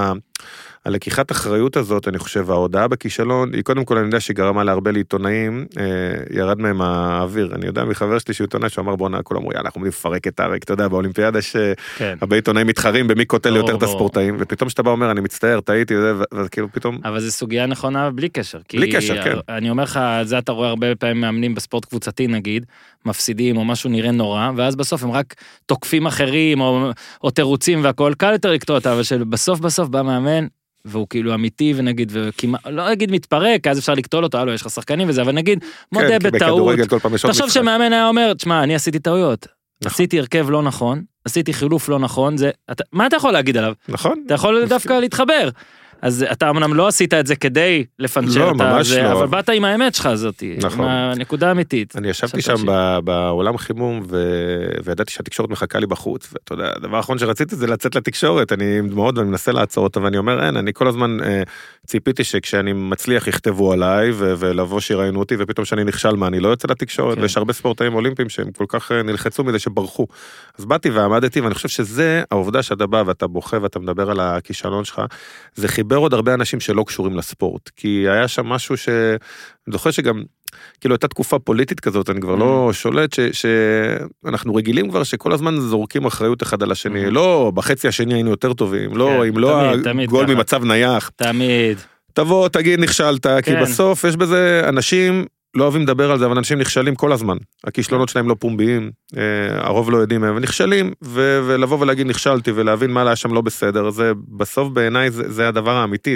הלקיחת אחריות הזאת, אני חושב, ההודעה בכישלון, היא קודם כל, אני יודע שהיא גרמה להרבה לעיתונאים, ירד מהם האוויר. אני יודע מחבר שלי שהוא עיתונאי, שאמר, בוא נע, כולם אמרו, יאללה, אנחנו נפרק את הרק, אתה יודע, באולימפיאדה שהרבה עיתונאים מתחרים במי קוטל יותר את הספורטאים, ופתאום שאתה בא אומר, אני מצטער, טעיתי, וכאילו פתאום... אבל זו סוגיה נכונה בלי קשר. בלי קשר, כן. אני אומר לך, זה אתה רואה הרבה פעמים מאמנים בספורט קבוצתי, נגיד, מפסידים או משהו נראה נורא, ואז בסוף הם רק תוקפים אחרים או תירוצים והכל, קל יותר לקטוע אותה, אבל שבסוף בא מאמן, והוא כאילו אמיתי ונגיד, לא נגיד מתפרק, אז אפשר לקטול אותו, יש לך שחקנים וזה, אבל נגיד, מודה בטעות, תחשוב שמאמן היה אומר, תשמע, אני עשיתי טעויות, עשיתי הרכב לא נכון, עשיתי חילוף לא נכון, מה אתה יכול להגיד עליו? נכון. אתה יכול דווקא להתחבר. אז אתה אמנם לא עשית את זה כדי לפנצ'ר את זה, אבל באת עם האמת שלך הזאת, עם הנקודה האמיתית. אני ישבתי שם בעולם חימום, וידעתי שהתקשורת מחכה לי בחוץ, ואתה יודע, הדבר האחרון שרציתי זה לצאת לתקשורת, אני עם דמעות ואני מנסה לעצור אותה, ואני אומר, אין, אני כל הזמן ציפיתי שכשאני מצליח יכתבו עליי, ולבוא שיראיינו אותי, ופתאום שאני נכשל מה, אני לא יוצא לתקשורת, ויש הרבה ספורטאים אולימפיים שהם כל כך נלחצו מזה שברחו. אז באתי ועמדתי, ואני חושב שזה העובדה שאתה בא ואתה בוכה ואתה מדבר על הכישלון שלך, זה חיבר עוד הרבה אנשים שלא קשורים לספורט, כי היה שם משהו אני זוכר שגם, כאילו הייתה תקופה פוליטית כזאת, אני כבר לא שולט, שאנחנו רגילים כבר שכל הזמן זורקים אחריות אחד על השני, לא, בחצי השני היינו יותר טובים, לא, אם לא הגול ממצב נייח. תמיד. תבוא, תגיד, נכשלת, כי בסוף יש בזה אנשים, לא אוהבים לדבר על זה, אבל אנשים נכשלים כל הזמן. הכישלונות שלהם לא פומביים, הרוב לא יודעים מהם, ונכשלים, ולבוא ולהגיד נכשלתי, ולהבין מה היה שם לא בסדר, זה בסוף בעיניי זה הדבר האמיתי,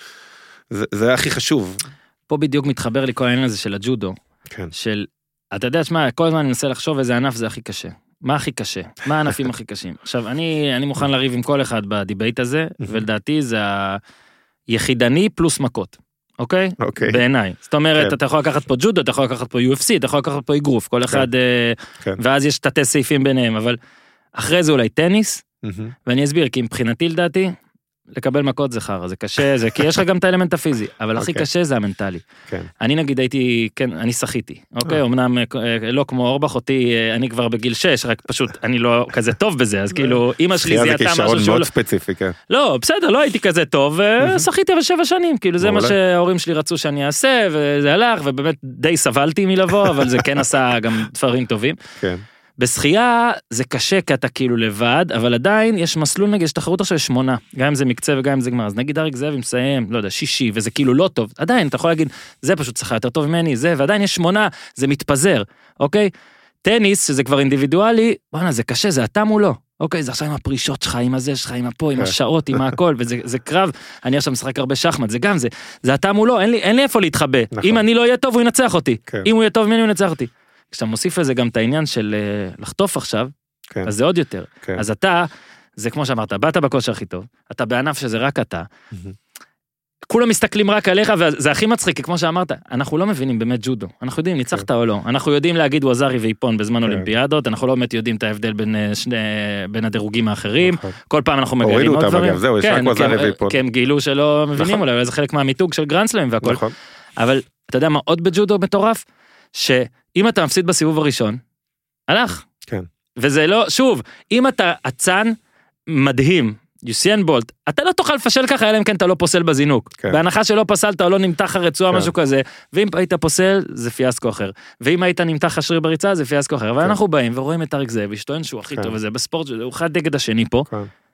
זה הכי חשוב. פה בדיוק מתחבר לי כל העניין הזה של הג'ודו, של, אתה יודע, שמה, כל הזמן אני מנסה לחשוב איזה ענף זה הכי קשה. מה הכי קשה? מה הענפים הכי קשים? עכשיו, אני מוכן לריב עם כל אחד בדיבייט הזה, ולדעתי זה היחידני פלוס מכות. אוקיי? אוקיי. בעיניי. זאת אומרת, כן. אתה יכול לקחת פה ג'ודו, אתה יכול לקחת פה UFC, אתה יכול לקחת פה אגרוף, כל אחד, כן. ואז יש תתי סעיפים ביניהם, אבל אחרי זה אולי טניס, ואני אסביר, כי מבחינתי לדעתי, לקבל מכות זה חרא, זה קשה, זה כי יש לך גם את האלמנט הפיזי, אבל הכי קשה זה המנטלי. כן. אני נגיד הייתי, כן, אני שחיתי, אוקיי? אמנם לא כמו אורבך אותי, אני כבר בגיל 6, רק פשוט אני לא כזה טוב בזה, אז כאילו, אמא שלי זיהתה משהו שחייה זה כישרון מאוד ספציפי, כן. לא, בסדר, לא הייתי כזה טוב, ושחיתי אבל 7 שנים, כאילו זה מה שההורים שלי רצו שאני אעשה, וזה הלך, ובאמת די סבלתי מלבוא, אבל זה כן עשה גם דברים טובים. כן. בשחייה זה קשה כי אתה כאילו לבד, אבל עדיין יש מסלול נגיד, יש תחרות עכשיו 8, גם אם זה מקצה וגם אם זה גמר, אז נגיד אריק זאב מסיים, לא יודע, 6, וזה כאילו לא טוב, עדיין אתה יכול להגיד, זה פשוט שחה יותר טוב ממני, זה, ועדיין יש 8, זה מתפזר, אוקיי? טניס, שזה כבר אינדיבידואלי, בוא'נה, זה קשה, זה אתה מולו, אוקיי, זה עכשיו עם הפרישות שלך, עם הזה שלך, עם הפה, עם השעות, עם הכל, וזה קרב, אני עכשיו משחק הרבה שחמט, זה גם זה אתה מולו, אין לי איפה להתחבא, אם אני לא אהיה טוב, הוא ינצח אותי, אם הוא יהיה טוב ממני, הוא ינצח אותי. כשאתה מוסיף לזה גם את העניין של לחטוף עכשיו, כן. אז זה עוד יותר. כן. אז אתה, זה כמו שאמרת, באת בכושר הכי טוב, אתה בענף שזה רק אתה, כולם מסתכלים רק עליך, וזה הכי מצחיק, כי כמו שאמרת, אנחנו לא מבינים באמת ג'ודו, אנחנו יודעים, ניצחת או לא, אנחנו יודעים להגיד ווזרי ואיפון בזמן אולימפיאדות, אנחנו לא באמת יודעים את ההבדל בין הדירוגים האחרים, כל פעם אנחנו מגלים עוד דברים, כי הם גילו שלא מבינים אולי, זה חלק מהמיתוג של גרנדסלאם והכל, אבל אתה יודע מה עוד בג'ודו מטורף? שאם אתה מפסיד בסיבוב הראשון, הלך. כן. וזה לא, שוב, אם אתה עצן מדהים, יוסיין בולט, אתה לא תוכל לפשל ככה, אלא אם כן אתה לא פוסל בזינוק. כן. בהנחה שלא פסלת או לא נמתח הרצועה, כן. משהו כזה, ואם היית פוסל, זה פיאסקו אחר. ואם היית נמתח השריר בריצה, זה פיאסקו אחר. אבל אנחנו באים ורואים את אריק זאב, שטוען שהוא הכי טוב, וזה בספורט, הוא אחד נגד השני פה.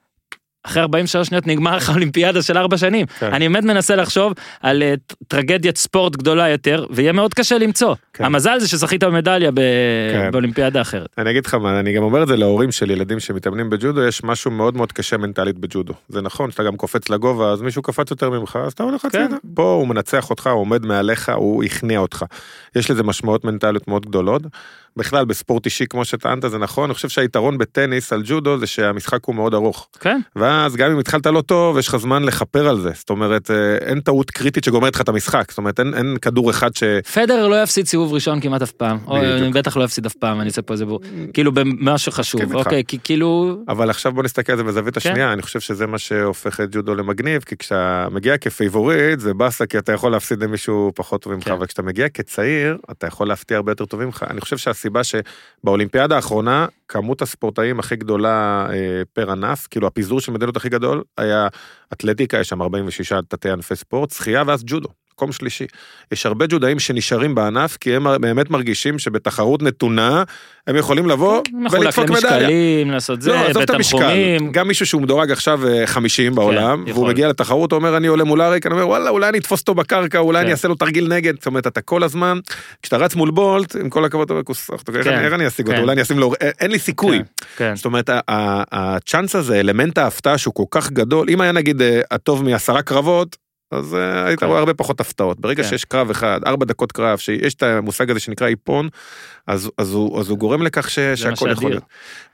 אחרי 43 שניות נגמר לך אולימפיאדה של 4 שנים. אני באמת מנסה לחשוב על טרגדיית ספורט גדולה יותר, ויהיה מאוד קשה למצוא. המזל זה שזכית במדליה באולימפיאדה אחרת. אני אגיד לך מה, אני גם אומר את זה להורים של ילדים שמתאמנים בג'ודו, יש משהו מאוד מאוד קשה מנטלית בג'ודו. זה נכון, שאתה גם קופץ לגובה, אז מישהו קפץ יותר ממך, אז אתה הולך הצידה. פה הוא מנצח אותך, הוא עומד מעליך, הוא הכניע אותך. יש לזה משמעות מנטלית מאוד גדולות. בכלל, בספורט אישי, כמו שטענת, זה נכון. אני חושב שהיתרון בטניס על ג'ודו זה שהמשחק הוא מאוד ארוך. כן. ואז גם אם התחלת לא טוב, יש לך זמן לחפר על זה. זאת אומרת, אין טעות קריטית שגומרת לך את המשחק. זאת אומרת, אין כדור אחד פדר לא יפסיד סיבוב ראשון כמעט אף פעם. או אני בטח לא יפסיד אף פעם, אני אעשה פה איזה בור. כאילו, במשהו חשוב. אוקיי, כאילו... אבל עכשיו בוא נסתכל על זה בזווית השנייה. אני חושב שזה מה שהופך את ג'ודו למגניב, כי כשאתה מגיע כפייבוריט, זה באסה, כי אתה יכול להפסיד למישהו פחות טוב ממך, וכשאתה מגיע כצעיר, אתה יכול להפתיע הרבה יותר טוב ממך. אני חושב שהסיבה שבאולימפיאדה האחרונה, כמות הספורטאים הכי גדולה פר ענף, כאילו הפיזור של מדינות הכי גדול, היה אתלטיקה, יש שם 46 תתי ענפי ספורט, שחייה ואז ג'ודו. מקום שלישי. יש הרבה ג'ודאים שנשארים בענף, כי הם באמת מרגישים שבתחרות נתונה, הם יכולים לבוא ולדפוק מדליה. משקלים, לעשות זה, בתנחומים. גם מישהו שהוא מדורג עכשיו 50 בעולם, והוא מגיע לתחרות, הוא אומר, אני עולה מול אריק, אני אומר, וואלה, אולי אני אתפוס אותו בקרקע, אולי אני אעשה לו תרגיל נגד, זאת אומרת, אתה כל הזמן, כשאתה רץ מול בולט, עם כל הכבוד, איך אני אשיג אותו, אולי אני אשים לו, אין לי סיכוי. זאת אומרת, הצ'אנס הזה, אלמנט ההפתעה שהוא כל כך גדול, אם היה נגיד הטוב מ10 קרבות, אז היית רואה הרבה פחות הפתעות. ברגע שיש קרב אחד, 4 דקות קרב, שיש את המושג הזה שנקרא איפון, אז הוא גורם לכך שהכל יכול להיות.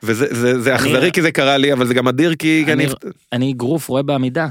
וזה אכזרי כי זה קרה לי, אבל זה גם אדיר כי... אני גרוף רואה בעמידה,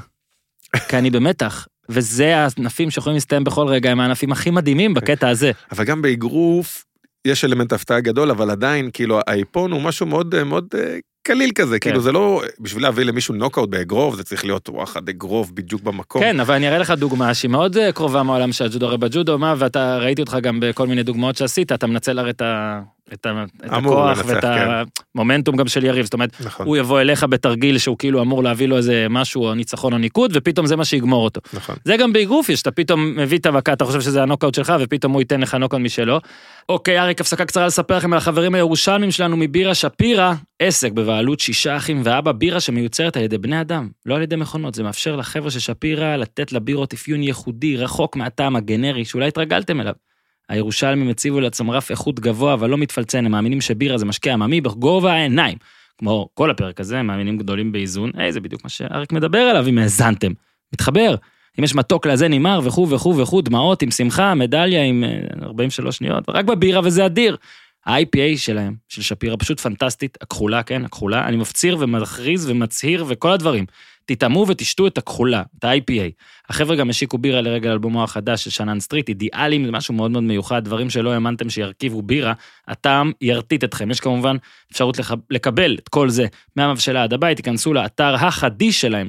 כי אני במתח, וזה הענפים שיכולים להסתיים בכל רגע, הם הענפים הכי מדהימים בקטע הזה. אבל גם באגרוף, יש אלמנט הפתעה גדול, אבל עדיין, כאילו, האיפון הוא משהו מאוד, מאוד קליל כזה, כאילו זה לא, בשביל להביא למישהו נוקאוט באגרוף, זה צריך להיות וואחד אגרוף בדיוק במקום. כן, אבל אני אראה לך דוגמה שהיא מאוד קרובה מהעולם של הג'ודו, הרי בג'ודו, ואתה ראיתי אותך גם בכל מיני דוגמאות שעשית, אתה מנצל הרי את הכוח ואת המומנטום גם של יריב, זאת אומרת, הוא יבוא אליך בתרגיל שהוא כאילו אמור להביא לו איזה משהו או ניצחון או ניקוד, ופתאום זה מה שיגמור אותו. זה גם באגרוף, שאתה פתאום מביא את המכה, אתה חושב שזה הנוקאוט שלך, ופתאום הוא ייתן לך נוקאוט משלו. אוקיי, אריק, הפסקה קצרה לספר לכם על החברים הירושלמים שלנו מבירה שפירא, עסק בבעלות 6 אחים ואבא, בירה שמיוצרת על ידי בני אדם, לא על ידי מכונות. זה מאפשר לחבר'ה של שפירא לתת לבירות אפיון ייחודי, רחוק מהטעם הגנרי, שאולי התרגלתם אליו. הירושלמים הציבו לעצמם רף איכות גבוה, אבל לא מתפלצן, הם מאמינים שבירה זה משקה עממי בגובה העיניים. כמו כל הפרק הזה, הם מאמינים גדולים באיזון. זה בדיוק מה שאריק מדבר עליו, אם האזנתם. מתחבר. אם יש מתוק לזה נימר וכו וכו וכו, דמעות עם שמחה, מדליה עם 43 שניות, רק בבירה וזה אדיר. ה-IPA שלהם, של שפירא, פשוט פנטסטית, הכחולה, כן, הכחולה, אני מפציר ומכריז ומצהיר וכל הדברים. תטעמו ותשתו את הכחולה, את ה-IPA. החבר'ה גם השיקו בירה לרגל אלבומו החדש של שנן סטריט, אידיאלים, זה משהו מאוד מאוד מיוחד, דברים שלא האמנתם שירכיבו בירה, הטעם ירטיט אתכם. יש כמובן אפשרות לקבל את כל זה מהמבשלה עד הבית, תיכנסו לאתר החדיש שלהם,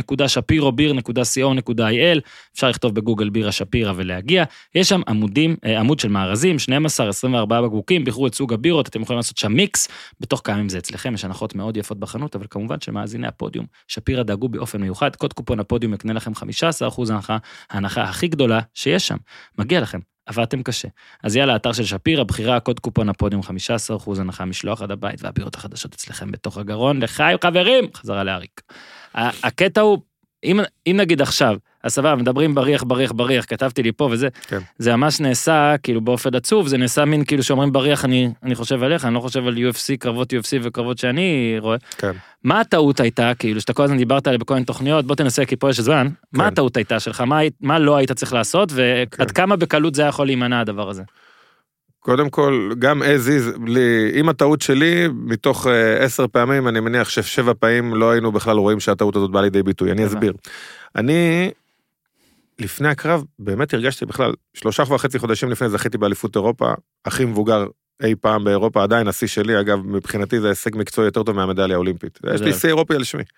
shop.shapirobir.co.il, אפשר לכתוב בגוגל בירה שפירה ולהגיע, יש שם עמוד של מארזים, 12, 24 בקבוקים, בחרו את סוג הבירות, אתם יכולים לעשות שם מיקס, בתוך כמה זה אצלכם, יש הנחות מאוד יפות בחנות, אבל כמובן שמאזיני הפודיום, שפירה דאגו באופן מיוחד, קוד קופון הפודיום יקנה לכם 15% הנחה, ההנחה הכי גדולה שיש שם, מגיע לכם, עבדתם קשה. אז יאללה, האתר של שפירה, בחירה, קוד קופון הפודיום 15% הנחה, משלוח עד הבית, והבירות החדשות אצלכם בתוך הגרון, לחיים חברים, חזרה לאריק. הקטע הוא, אם נגיד עכשיו, הסבבה, מדברים בריח, כתבתי לי פה וזה, כן. זה ממש נעשה, כאילו באופן עצוב, זה נעשה מין כאילו שאומרים בריח, אני חושב עליך, אני לא חושב על UFC, קרבות UFC וקרבות שאני רואה. כן. מה הטעות הייתה, כאילו, שאתה כל הזמן דיברת עליה בכל מיני תוכניות, בוא תנסה כי פה יש זמן, כן. מה הטעות הייתה שלך, מה לא היית צריך לעשות, ועד כמה בקלות זה יכול להימנע הדבר הזה? קודם כל, גם as is, עם הטעות שלי, מתוך 10 פעמים, אני מניח ש7 פעמים לא היינו בכלל רואים שהטעות הזאת באה לידי ביטוי. אני אסביר. אני, לפני הקרב, באמת הרגשתי בכלל, 3.5 חודשים לפני זכיתי באליפות אירופה, הכי מבוגר אי פעם באירופה, עדיין השיא שלי, אגב, מבחינתי זה הישג מקצועי יותר טוב מהמדליה האולימפית. יש לי שיא אירופי על שמי.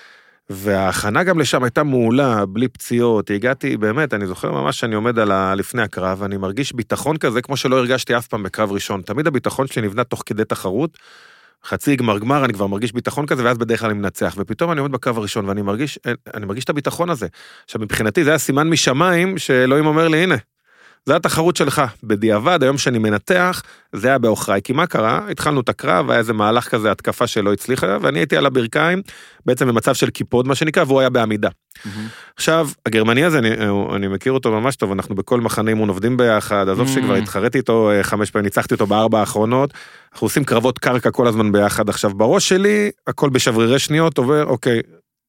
וההכנה גם לשם הייתה מעולה, בלי פציעות, הגעתי, באמת, אני זוכר ממש שאני עומד לפני הקרב, אני מרגיש ביטחון כזה, כמו שלא הרגשתי אף פעם בקרב ראשון, תמיד הביטחון שלי נבנה תוך כדי תחרות, חצי גמר, אני כבר מרגיש ביטחון כזה, ואז בדרך כלל אני מנצח, ופתאום אני עומד בקרב הראשון, ואני מרגיש את הביטחון הזה, עכשיו מבחינתי זה היה סימן משמיים, שאלוהים אומר לי, הנה, זה התחרות שלך, בדיעבד, היום שאני מנתח, זה היה באוכריי, כי מה קרה? התחלנו את הקרב, היה איזה מהלך כזה, התקפה שלא הצליחה, ואני הייתי על הברכיים, בעצם במצב של קיפוד, מה שנקרא, והוא היה בעמידה. עכשיו, הגרמני הזה, אני מכיר אותו ממש טוב, אנחנו בכל מחנה אימון עובדים ביחד, עזוב שכבר התחרתי איתו 5 פעמים, ניצחתי אותו ב4 האחרונות, אנחנו עושים קרבות קרקע כל הזמן ביחד, עכשיו בראש שלי, הכל בשברירי שניות, עובר, אוקיי,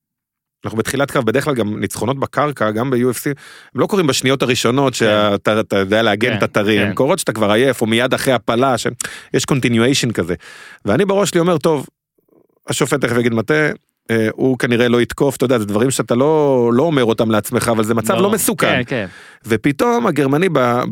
אנחנו בתחילת קרב, בדרך כלל גם ניצחונות בקרקע, גם ב-UFC, הם לא קוראים בשניות הראשונות, שאתה יודע להגן את התרים, הם קורות שאתה כבר עייף, או מיד אחרי הפלה, יש continuation כזה. ואני בראש לי אומר, טוב, השופט תכף יגיד מתי, הוא כנראה לא יתקוף, אתה יודע, זה דברים שאתה לא אומר אותם לעצמך, אבל זה מצב לא מסוכן. ופתאום הגרמני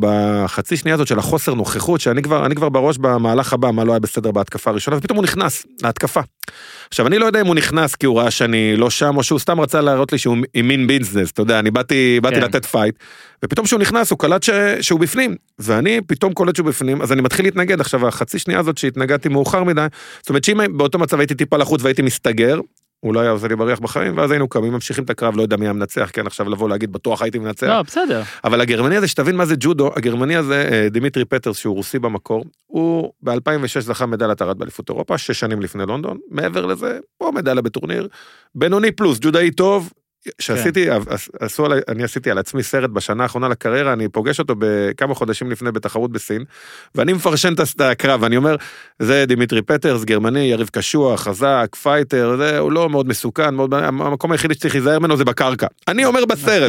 בחצי שנייה הזאת של החוסר נוכחות, שאני כבר בראש במהלך הבא, מה לא היה בסדר בהתקפה הראשונה, ופתאום הוא נכנס להתקפה. עכשיו, אני לא יודע אם הוא נכנס כי הוא ראה שאני לא שם, או שהוא סתם רצה להראות לי שהוא אימין ביזנס, אתה יודע, אני באתי לתת פייט, ופתאום שהוא נכנס, הוא קלט שהוא בפנים, ואני פתאום קולט שהוא בפנים, אז אני מתחיל להתנגד. עכשיו, החצי שנייה הזאת שהתנגדתי מאוחר מדי, זאת אומרת שאם באותו מצב הייתי טיפה לחוץ והייתי מסתגר, הוא לא היה עושה לי בריח בחיים, ואז היינו קמים, ממשיכים את הקרב, לא יודע מי המנצח, כן, עכשיו לבוא להגיד, בטוח הייתי מנצח. לא, בסדר. אבל הגרמני הזה, שתבין מה זה ג'ודו, הגרמני הזה, דימיטרי פטרס, שהוא רוסי במקור, הוא ב-2006 זכה מדליית ארד באליפות אירופה, 6 שנים לפני לונדון, מעבר לזה, פה מדליה בטורניר, בינוני פלוס, ג'ודאי טוב, שעשיתי, אני עשיתי על עצמי סרט בשנה האחרונה לקריירה, אני פוגש אותו בכמה חודשים לפני בתחרות בסין, ואני מפרשן את הקרב, ואני אומר, זה דימיטרי פטרס, גרמני, יריב קשוח, חזק, פייטר, זה, הוא לא מאוד מסוכן, המקום היחידי שצריך להיזהר ממנו זה בקרקע. אני אומר בסרט.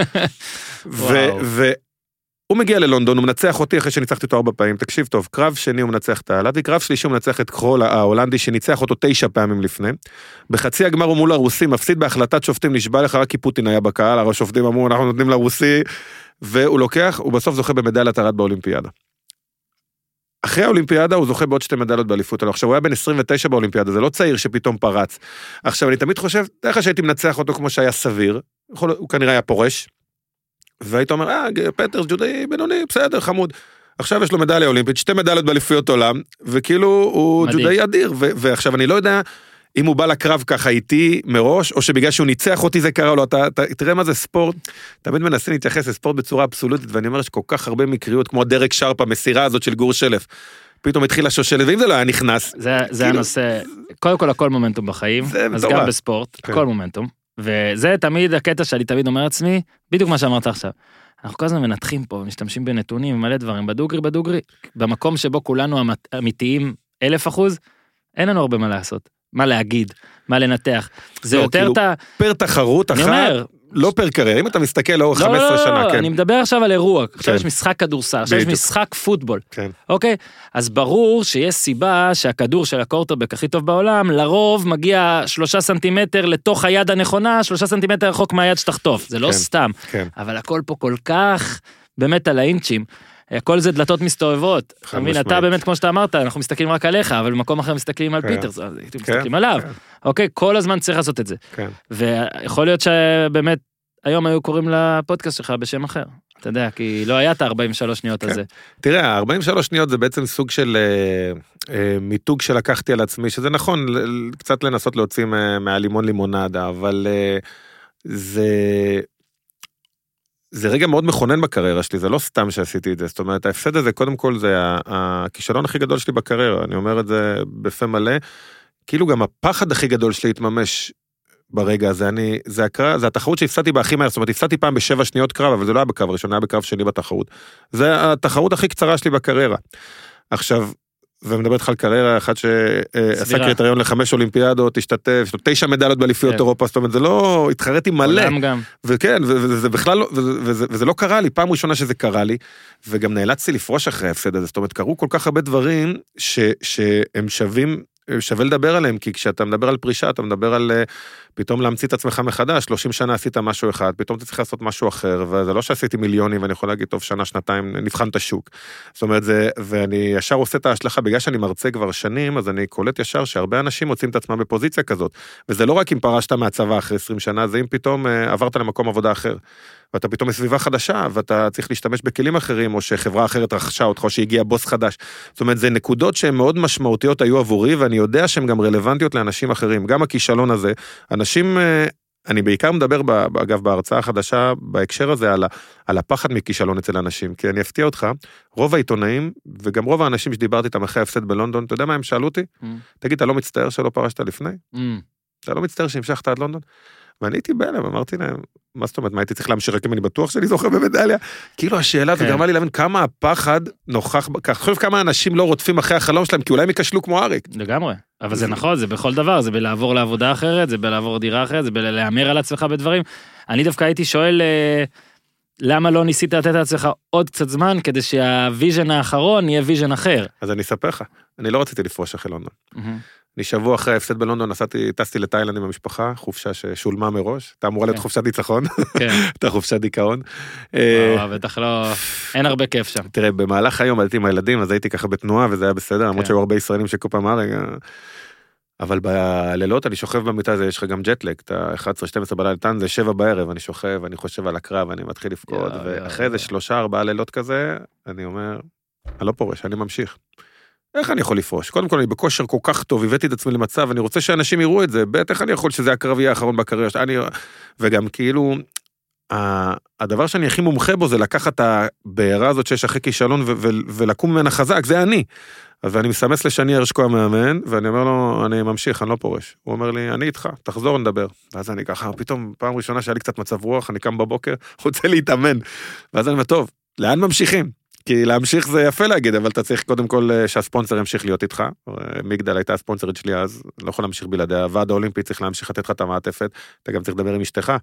הוא מגיע ללונדון, הוא מנצח אותי אחרי שניצחתי אותו 4 פעמים, תקשיב טוב, קרב שני הוא מנצח את העלתי, קרב שלישי הוא מנצח את קרול ההולנדי שניצח אותו 9 פעמים לפני, בחצי הגמר הוא מול הרוסי, מפסיד בהחלטת שופטים, נשבע לך רק כי פוטין היה בקהל, הרי השופטים אמרו אנחנו נותנים לרוסי, והוא לוקח, הוא בסוף זוכה במדליית ארד באולימפיאדה. אחרי האולימפיאדה הוא זוכה בעוד 2 מדליות באליפות, עכשיו הוא היה בן 29 באולימפיאדה, זה לא צעיר שפתאום פרץ. עכשיו אני תמיד חושב, איך שהייתי מנצח אותו כמו שהיה סביר, הוא כנראה היה פורש, והיית אומר, פטרס, ג'ודאי, בינוני, בסדר, חמוד. עכשיו יש לו מדליה אולימפית, 2 מדליות באליפויות עולם, וכאילו הוא ג'ודאי אדיר, ועכשיו אני לא יודע אם הוא בא לקרב ככה איתי מראש, או שבגלל שהוא ניצח אותי זה קרה לו, תראה מה זה ספורט, תמיד מנסים להתייחס לספורט בצורה אבסולוטית, ואני אומר שכל כך הרבה מקריות, כמו דרק שרפ, המסירה הזאת של גור שלף, פתאום התחיל השושלת, ואם זה לא היה נכנס. זה הנושא, קודם כל הכל מומנטום בחיים, אז גם בספורט, הכל מומנטום. וזה תמיד הקטע שאני תמיד אומר עצמי, בדיוק מה שאמרת עכשיו. אנחנו כל הזמן מנתחים פה, משתמשים בנתונים, מלא דברים, בדוגרי, במקום שבו כולנו אמיתיים 1000%, אין לנו הרבה מה לעשות. מה להגיד, מה לנתח. זה לא, יותר כאילו, אתה... פר תחרות אני אחת, אומר... לא פר קריירה, אם אתה מסתכל לאורך 15 שנה, כן. אני מדבר עכשיו על אירוע, עכשיו כן. יש משחק כדורסל, עכשיו יש משחק פוטבול, כן. אוקיי? אז ברור שיש סיבה שהכדור של הקורטרבק הכי טוב בעולם, לרוב מגיע 3 סנטימטר לתוך היד הנכונה, 3 סנטימטר רחוק מהיד שתחטוף, זה לא כן, סתם, כן. אבל הכל פה כל כך באמת על האינצ'ים, הכל זה דלתות מסתובבות, אתה מבין, אתה באמת כמו שאתה אמרת, אנחנו מסתכלים רק עליך, אבל במקום אחר מסתכלים על פיטרס, מסתכלים עליו, אוקיי? כל הזמן צריך לעשות את זה, ויכול להיות שבאמת היום היו קוראים לפודקאסט שלך בשם אחר, אתה יודע, כי לא היה את ה-43 שניות הזה. תראה, 43 שניות זה בעצם סוג של מיתוג שלקחתי על עצמי, שזה נכון, קצת לנסות להוציא מהלימון לימונדה, אבל זה רגע מאוד מכונן בקריירה שלי, זה לא סתם שעשיתי את זה, זאת אומרת, ההפסד הזה, קודם כל, זה הכישלון הכי גדול שלי בקריירה, אני אומר את זה בפה מלא, כאילו גם הפחד הכי גדול שלי התממש ברגע הזה, זה התחרות שהפסדתי בהכי מהר, זאת אומרת, הפסדתי פעם ב7 שניות קרב, אבל זה לא היה בקרב הראשון, היה בקרב שני בתחרות. זה התחרות הכי קצרה שלי בקריירה. עכשיו, ומדבר איתך על קריירה, אחד שעשה קריטריון ל5 אולימפיאדות, השתתף, יש לו 9 מדליות באליפויות אירופה, זאת אומרת, זה לא, התחרתי מלא. וכן, וזה בכלל לא, וזה לא קרה לי, פעם ראשונה שזה קרה לי, וגם נאלצתי לפרוש אחרי ההפסד הזה, זאת אומרת, קרו כל כך הרבה דברים שהם שווה לדבר עליהם, כי כשאתה מדבר על פרישה, אתה מדבר על פתאום להמציא את עצמך מחדש, 30 שנה עשית משהו אחד, פתאום אתה צריך לעשות משהו אחר, וזה לא שעשיתי מיליונים, ואני יכול להגיד, טוב, שנה, שנתיים, נבחן את השוק. זאת אומרת, ואני ישר עושה את ההשלכה, בגלל שאני מרצה כבר שנים, אז אני קולט ישר שהרבה אנשים מוצאים את עצמם בפוזיציה כזאת, וזה לא רק אם פרשת מהצבא אחרי 20 שנה, זה אם פתאום עברת למקום עבודה אחר, ואתה פתאום בסביבה חדשה, ואתה צריך להשתמש בכלים אחרים, או שחברה אחרת רכשה אותך, או שהגיע בוס חדש. זאת אומרת, זה נקודות שהן מאוד משמעותיות היו עבורי, ואני יודע שהן גם רלוונטיות לאנשים אחרים. גם הכישלון הזה, אנשים, אני בעיקר מדבר, אגב, בהרצאה החדשה, בהקשר הזה, על הפחד מכישלון אצל אנשים, כי אני אפתיע אותך, רוב העיתונאים, וגם רוב האנשים שדיברתי איתם אחרי ההפסד בלונדון, אתה יודע מה הם שאלו אותי? תגיד, אתה לא מצטער שלא פרשת לפני? אתה לא מצטער שהמשכת עד לונדון? ואני הייתי בהלם, אמרתי להם, מה זאת אומרת, מה הייתי צריך להמשיך רק אם אני בטוח שאני זוכר במדליה? כאילו השאלה, זה גרמה לי להבין כמה הפחד נוכח, חושב כמה אנשים לא רודפים אחרי החלום שלהם, כי אולי הם יקשלו כמו אריק. לגמרי, אבל זה נכון, זה בכל דבר, זה בלעבור לעבודה אחרת, זה בלעבור דירה אחרת, זה בלהאמר על עצמך בדברים. אני דווקא הייתי שואל, למה לא ניסית לתת לעצמך עוד קצת זמן, כדי שהוויז'ן האחרון יהיה ויז'ן אחר? אז אני אספר לך, אני לא רציתי לפרוש אחרי לונדון. אני שבוע אחרי ההפסד בלונדון, טסתי לתאילנד עם המשפחה, חופשה ששולמה מראש, אתה אמורה להיות חופשת ניצחון, אתה חופשת דיכאון. בטח לא, אין הרבה כיף שם. תראה, במהלך היום הייתי עם הילדים, אז הייתי ככה בתנועה, וזה היה בסדר, למרות שהיו הרבה ישראלים שכל פעם רגע, אבל בלילות אני שוכב במיטה, יש לך גם ג'טלג, אתה 11-12 בלילה, זה 7 בערב, אני שוכב, אני חושב על הקרב, אני מתחיל לפקוד, ואחרי זה 3-4 לילות כזה, אני אומר, אני לא פורש, אני ממשיך. איך אני יכול לפרוש? קודם כל, אני בכושר כל כך טוב, הבאתי את עצמי למצב, אני רוצה שאנשים יראו את זה, איך אני יכול שזה הקרב יהיה האחרון בקריירה, וגם כאילו, הדבר שאני הכי מומחה בו, זה לקחת הבעירה הזאת שיש אחרי כישלון, ולקום ממנה חזק, זה אני. ואני מסמס לשני הרשקו המאמן, ואני אומר לו, אני ממשיך, אני לא פורש. הוא אומר לי, אני איתך, תחזור נדבר. ואז אני ככה, פתאום, פעם ראשונה שהיה לי קצת מצב רוח, אני קם בבוקר, רוצה להתאמן. ואז אני אומר, טוב, לאן ממשיכים? כי להמשיך זה יפה להגיד, אבל אתה צריך קודם כל שהספונסר ימשיך להיות איתך. מגדל הייתה הספונסרית שלי אז, לא יכול להמשיך בלעדיה. הוועד האולימפי צריך להמשיך לתת לך את המעטפת, אתה גם צריך לדבר עם אשתך.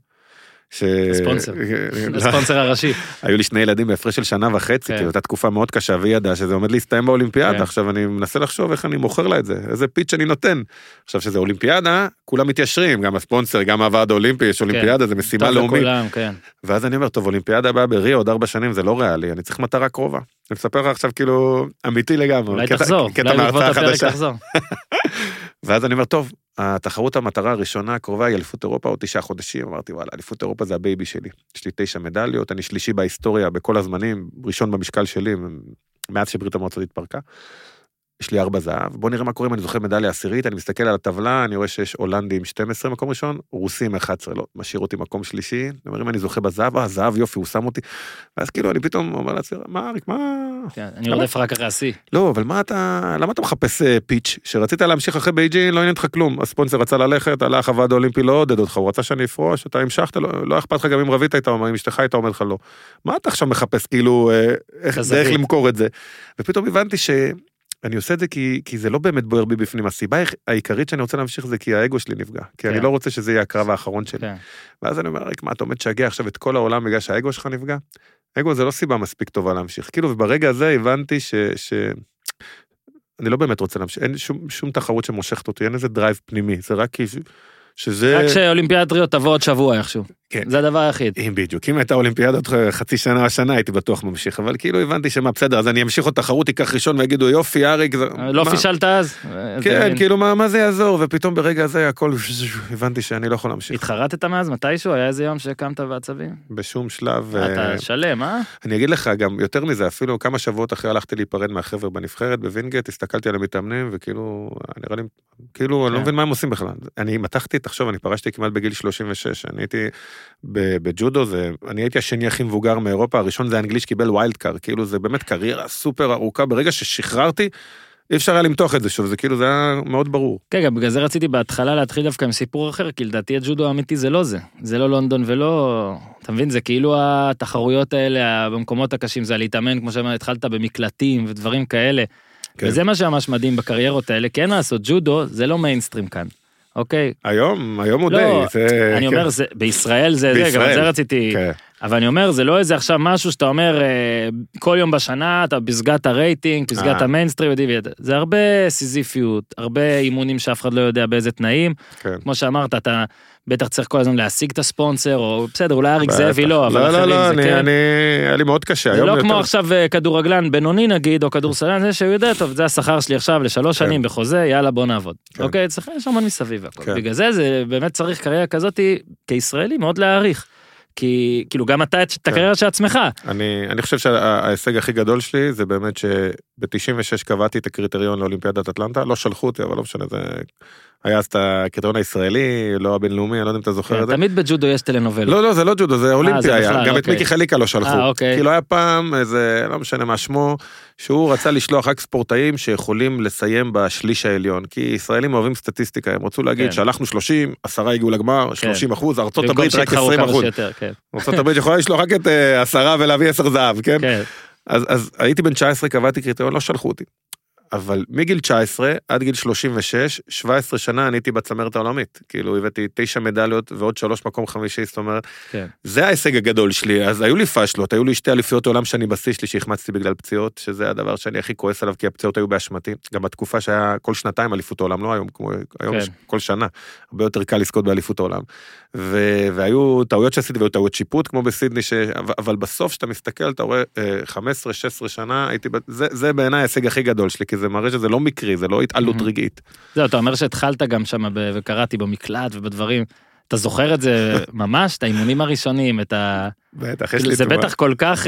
הספונסר הראשי. היו לי 2 ילדים בהפרש של 1.5 שנה, כאילו הייתה תקופה מאוד קשה, והיא ידעה שזה עומד להסתיים באולימפיאדה, עכשיו אני מנסה לחשוב איך אני מוכר לה את זה, איזה פיץ' אני נותן. עכשיו שזה אולימפיאדה, כולם מתיישרים, גם הספונסר, גם הוועד האולימפי, יש אולימפיאדה, זה משימה לאומית. ואז אני אומר, טוב, אולימפיאדה הבאה בריו עוד 4 שנים, זה לא ריאלי, אני צריך מטרה קרובה. אני מספר לך עכשיו כאילו אמיתי לגמרי. אולי תחזור, אולי בעקבות הפרק תחזור. ואז אני אומר, טוב, התחרות המטרה הראשונה הקרובה היא אליפות אירופה עוד 9 חודשים, אמרתי, וואלה, אליפות אירופה זה הבייבי שלי. יש לי 9 מדליות, אני שלישי בהיסטוריה בכל הזמנים, ראשון במשקל שלי, מאז שברית המועצות התפרקה. יש לי 4 זהב, בוא נראה מה קורה אם אני זוכה מדליה 10, אני מסתכל על הטבלה, אני רואה שיש הולנדים 12 מקום ראשון, רוסים 11, לא, משאיר אותי מקום שלישי, אני אומר אם אני זוכה בזהב, זהב יופי, הוא שם אותי, ואז כאילו אני פתאום אומר לעצמי, מה אריק, מה? כן, אני רודף רק אחרי השיא. לא, אבל למה אתה מחפש פיץ', שרצית להמשיך אחרי בייג'ין, לא עניין לך כלום, הספונסר רצה ללכת, הלך הוועד האולימפי לא עודד אותך, הוא רצה שאני אפרוש, אתה המשכת, לא אכפת לך גם אם רבית איתה, אם אשתך איתה אומר לך לא. מה אתה עכשיו מחפש כאילו איך למכור את זה? ופתאום הבנתי אני עושה את זה כי זה לא באמת בוער בי בפנים. הסיבה העיקרית שאני רוצה להמשיך זה כי האגו שלי נפגע. כי אני לא רוצה שזה יהיה הקרב האחרון שלי. ואז אני אומר, מה, אתה עומד שגע עכשיו את כל העולם בגלל שהאגו שלך נפגע? האגו זה לא סיבה מספיק טובה להמשיך. כאילו, וברגע הזה הבנתי אני לא באמת רוצה להמשיך. אין שום תחרות שמושכת אותי, אין איזה דרייב פנימי. זה רק שזה... רק שאולימפיאדת ריו תבוא עוד שבוע איכשהו. כן. זה הדבר היחיד. בדיוק, אם הייתה אולימפיאדת חצי שנה או שנה, הייתי בטוח ממשיך, אבל כאילו הבנתי שמה, בסדר, אז אני אמשיך עוד תחרות, ייקח ראשון ויגידו, יופי, אריק, לא פישלת אז? כן, כאילו, מה זה יעזור? ופתאום ברגע הזה, הכל, הבנתי שאני לא יכול להמשיך. התחרטת מאז מתישהו? היה איזה יום שהקמת בעצבים? בשום שלב. אתה שלם, אה? אני אגיד לך, גם יותר מזה, אפילו כמה שבועות אחרי הלכתי להיפרד מהחבר'ה בנבחרת, בווינגייט, הסתכלתי על המתאמנים, וכאילו, נראה לי, כאילו, אני לא מבין מה הם עושים בכלל. אני מתחתי, תחשוב, אני פרשתי כמעט בגיל 36, אני הייתי בג'ודו, אני הייתי השני הכי מבוגר מאירופה, הראשון זה האנגלי שקיבל ווילד קארד, כאילו זה באמת קריירה סופר ארוכה, ברגע ששחררתי, אי אפשר היה למתוח את זה שוב, זה כאילו, זה היה מאוד ברור. כן, גם בגלל זה רציתי בהתחלה להתחיל דווקא עם סיפור אחר, כי לדעתי הג'ודו האמיתי זה לא זה, זה לא לונדון ולא, אתה מבין, זה כאילו התחרויות האלה, במקומות הקשים, זה להתאמן, כמו שאמרת, התחלת במקלטים ודברים כאלה, וזה מה שממש מדהים בקריירות האלה, כי אין לעשות, ג'ודו זה לא מיינסטרים כאן. אוקיי. היום הוא די. אני אומר, בישראל זה, גם זה רציתי, אבל אני אומר, זה לא איזה עכשיו משהו שאתה אומר, כל יום בשנה, אתה פסגת הרייטינג, פסגת המיינסטרים, זה הרבה סיזיפיות, הרבה אימונים שאף אחד לא יודע באיזה תנאים, כמו שאמרת, אתה בטח צריך כל הזמן להשיג את הספונסר, או בסדר, אולי אריק זאבי לא, אבל אחרים זה כן. היה לי מאוד קשה. זה לא כמו עכשיו כדורגלן בינוני נגיד, או כדורסלן, זה שהוא יודע, טוב, זה השכר שלי עכשיו ל3 שנים בחוזה, יאללה בוא נעבוד. אוקיי, צריך יש המון מסביב. בגלל זה באמת צריך קריירה כזאת כישראלי מאוד להעריך. כי כאילו גם אתה את הקריירה של עצמך. אני חושב שההישג הכי גדול שלי זה באמת שב-96 קבעתי את הקריטריון לאולימפיאדת אטלנטה, לא שלחו אותי, אבל לא משנה, זה היה אז את הקריטריון הישראלי, לא הבינלאומי, אני לא יודע אם אתה זוכר את זה. תמיד בג'ודו יש טלנובלות. לא, זה לא ג'ודו, זה אולימפיה היה, גם את מיקי חליקה לא שלחו. כי לא היה פעם איזה, לא משנה מה שמו, שהוא רצה לשלוח רק ספורטאים שיכולים לסיים בשליש העליון, כי ישראלים אוהבים סטטיסטיקה, הם רצו להגיד, שלחנו 30, 10 הגיעו לגמר, 30%, ארצות הברית רק 20%. ארצות הברית יכולה לשלוח רק את 10 ולהביא 10 זהב, כן? אז הייתי בן 19, קבעתי קריטריון, לא שלחו אותי. אבל מגיל 19 עד גיל 36, 17 שנה אני הייתי בצמרת העולמית, כאילו הבאתי 9 מדליות ועוד 3 מקום חמישי, זאת אומרת, זה ההישג הגדול שלי, אז היו לי פשלות, היו לי 2 אליפויות עולם שאני בשיא שלי שהחמצתי בגלל פציעות, שזה הדבר שאני הכי כועס עליו, כי הפציעות היו באשמתי, גם בתקופה שהיה כל שנתיים אליפות העולם, לא היום, כמו היום כל שנה, הרבה יותר קל לזכות באליפות העולם, והיו טעויות שעשיתי והיו טעויות שיפוט כמו בסידני, אבל בסוף שאתה מסתכל, אתה רואה 15-16 שנה, זה בעיניי ההישג הכי גדול שלי, כי זה מראה שזה לא מקרי, זה לא התעלות רגעית. זהו, אתה אומר שהתחלת גם שם וקראתי במקלט ובדברים, אתה זוכר את זה ממש, את האימונים הראשונים, את ה... בטח, יש לי זה בטח כל כך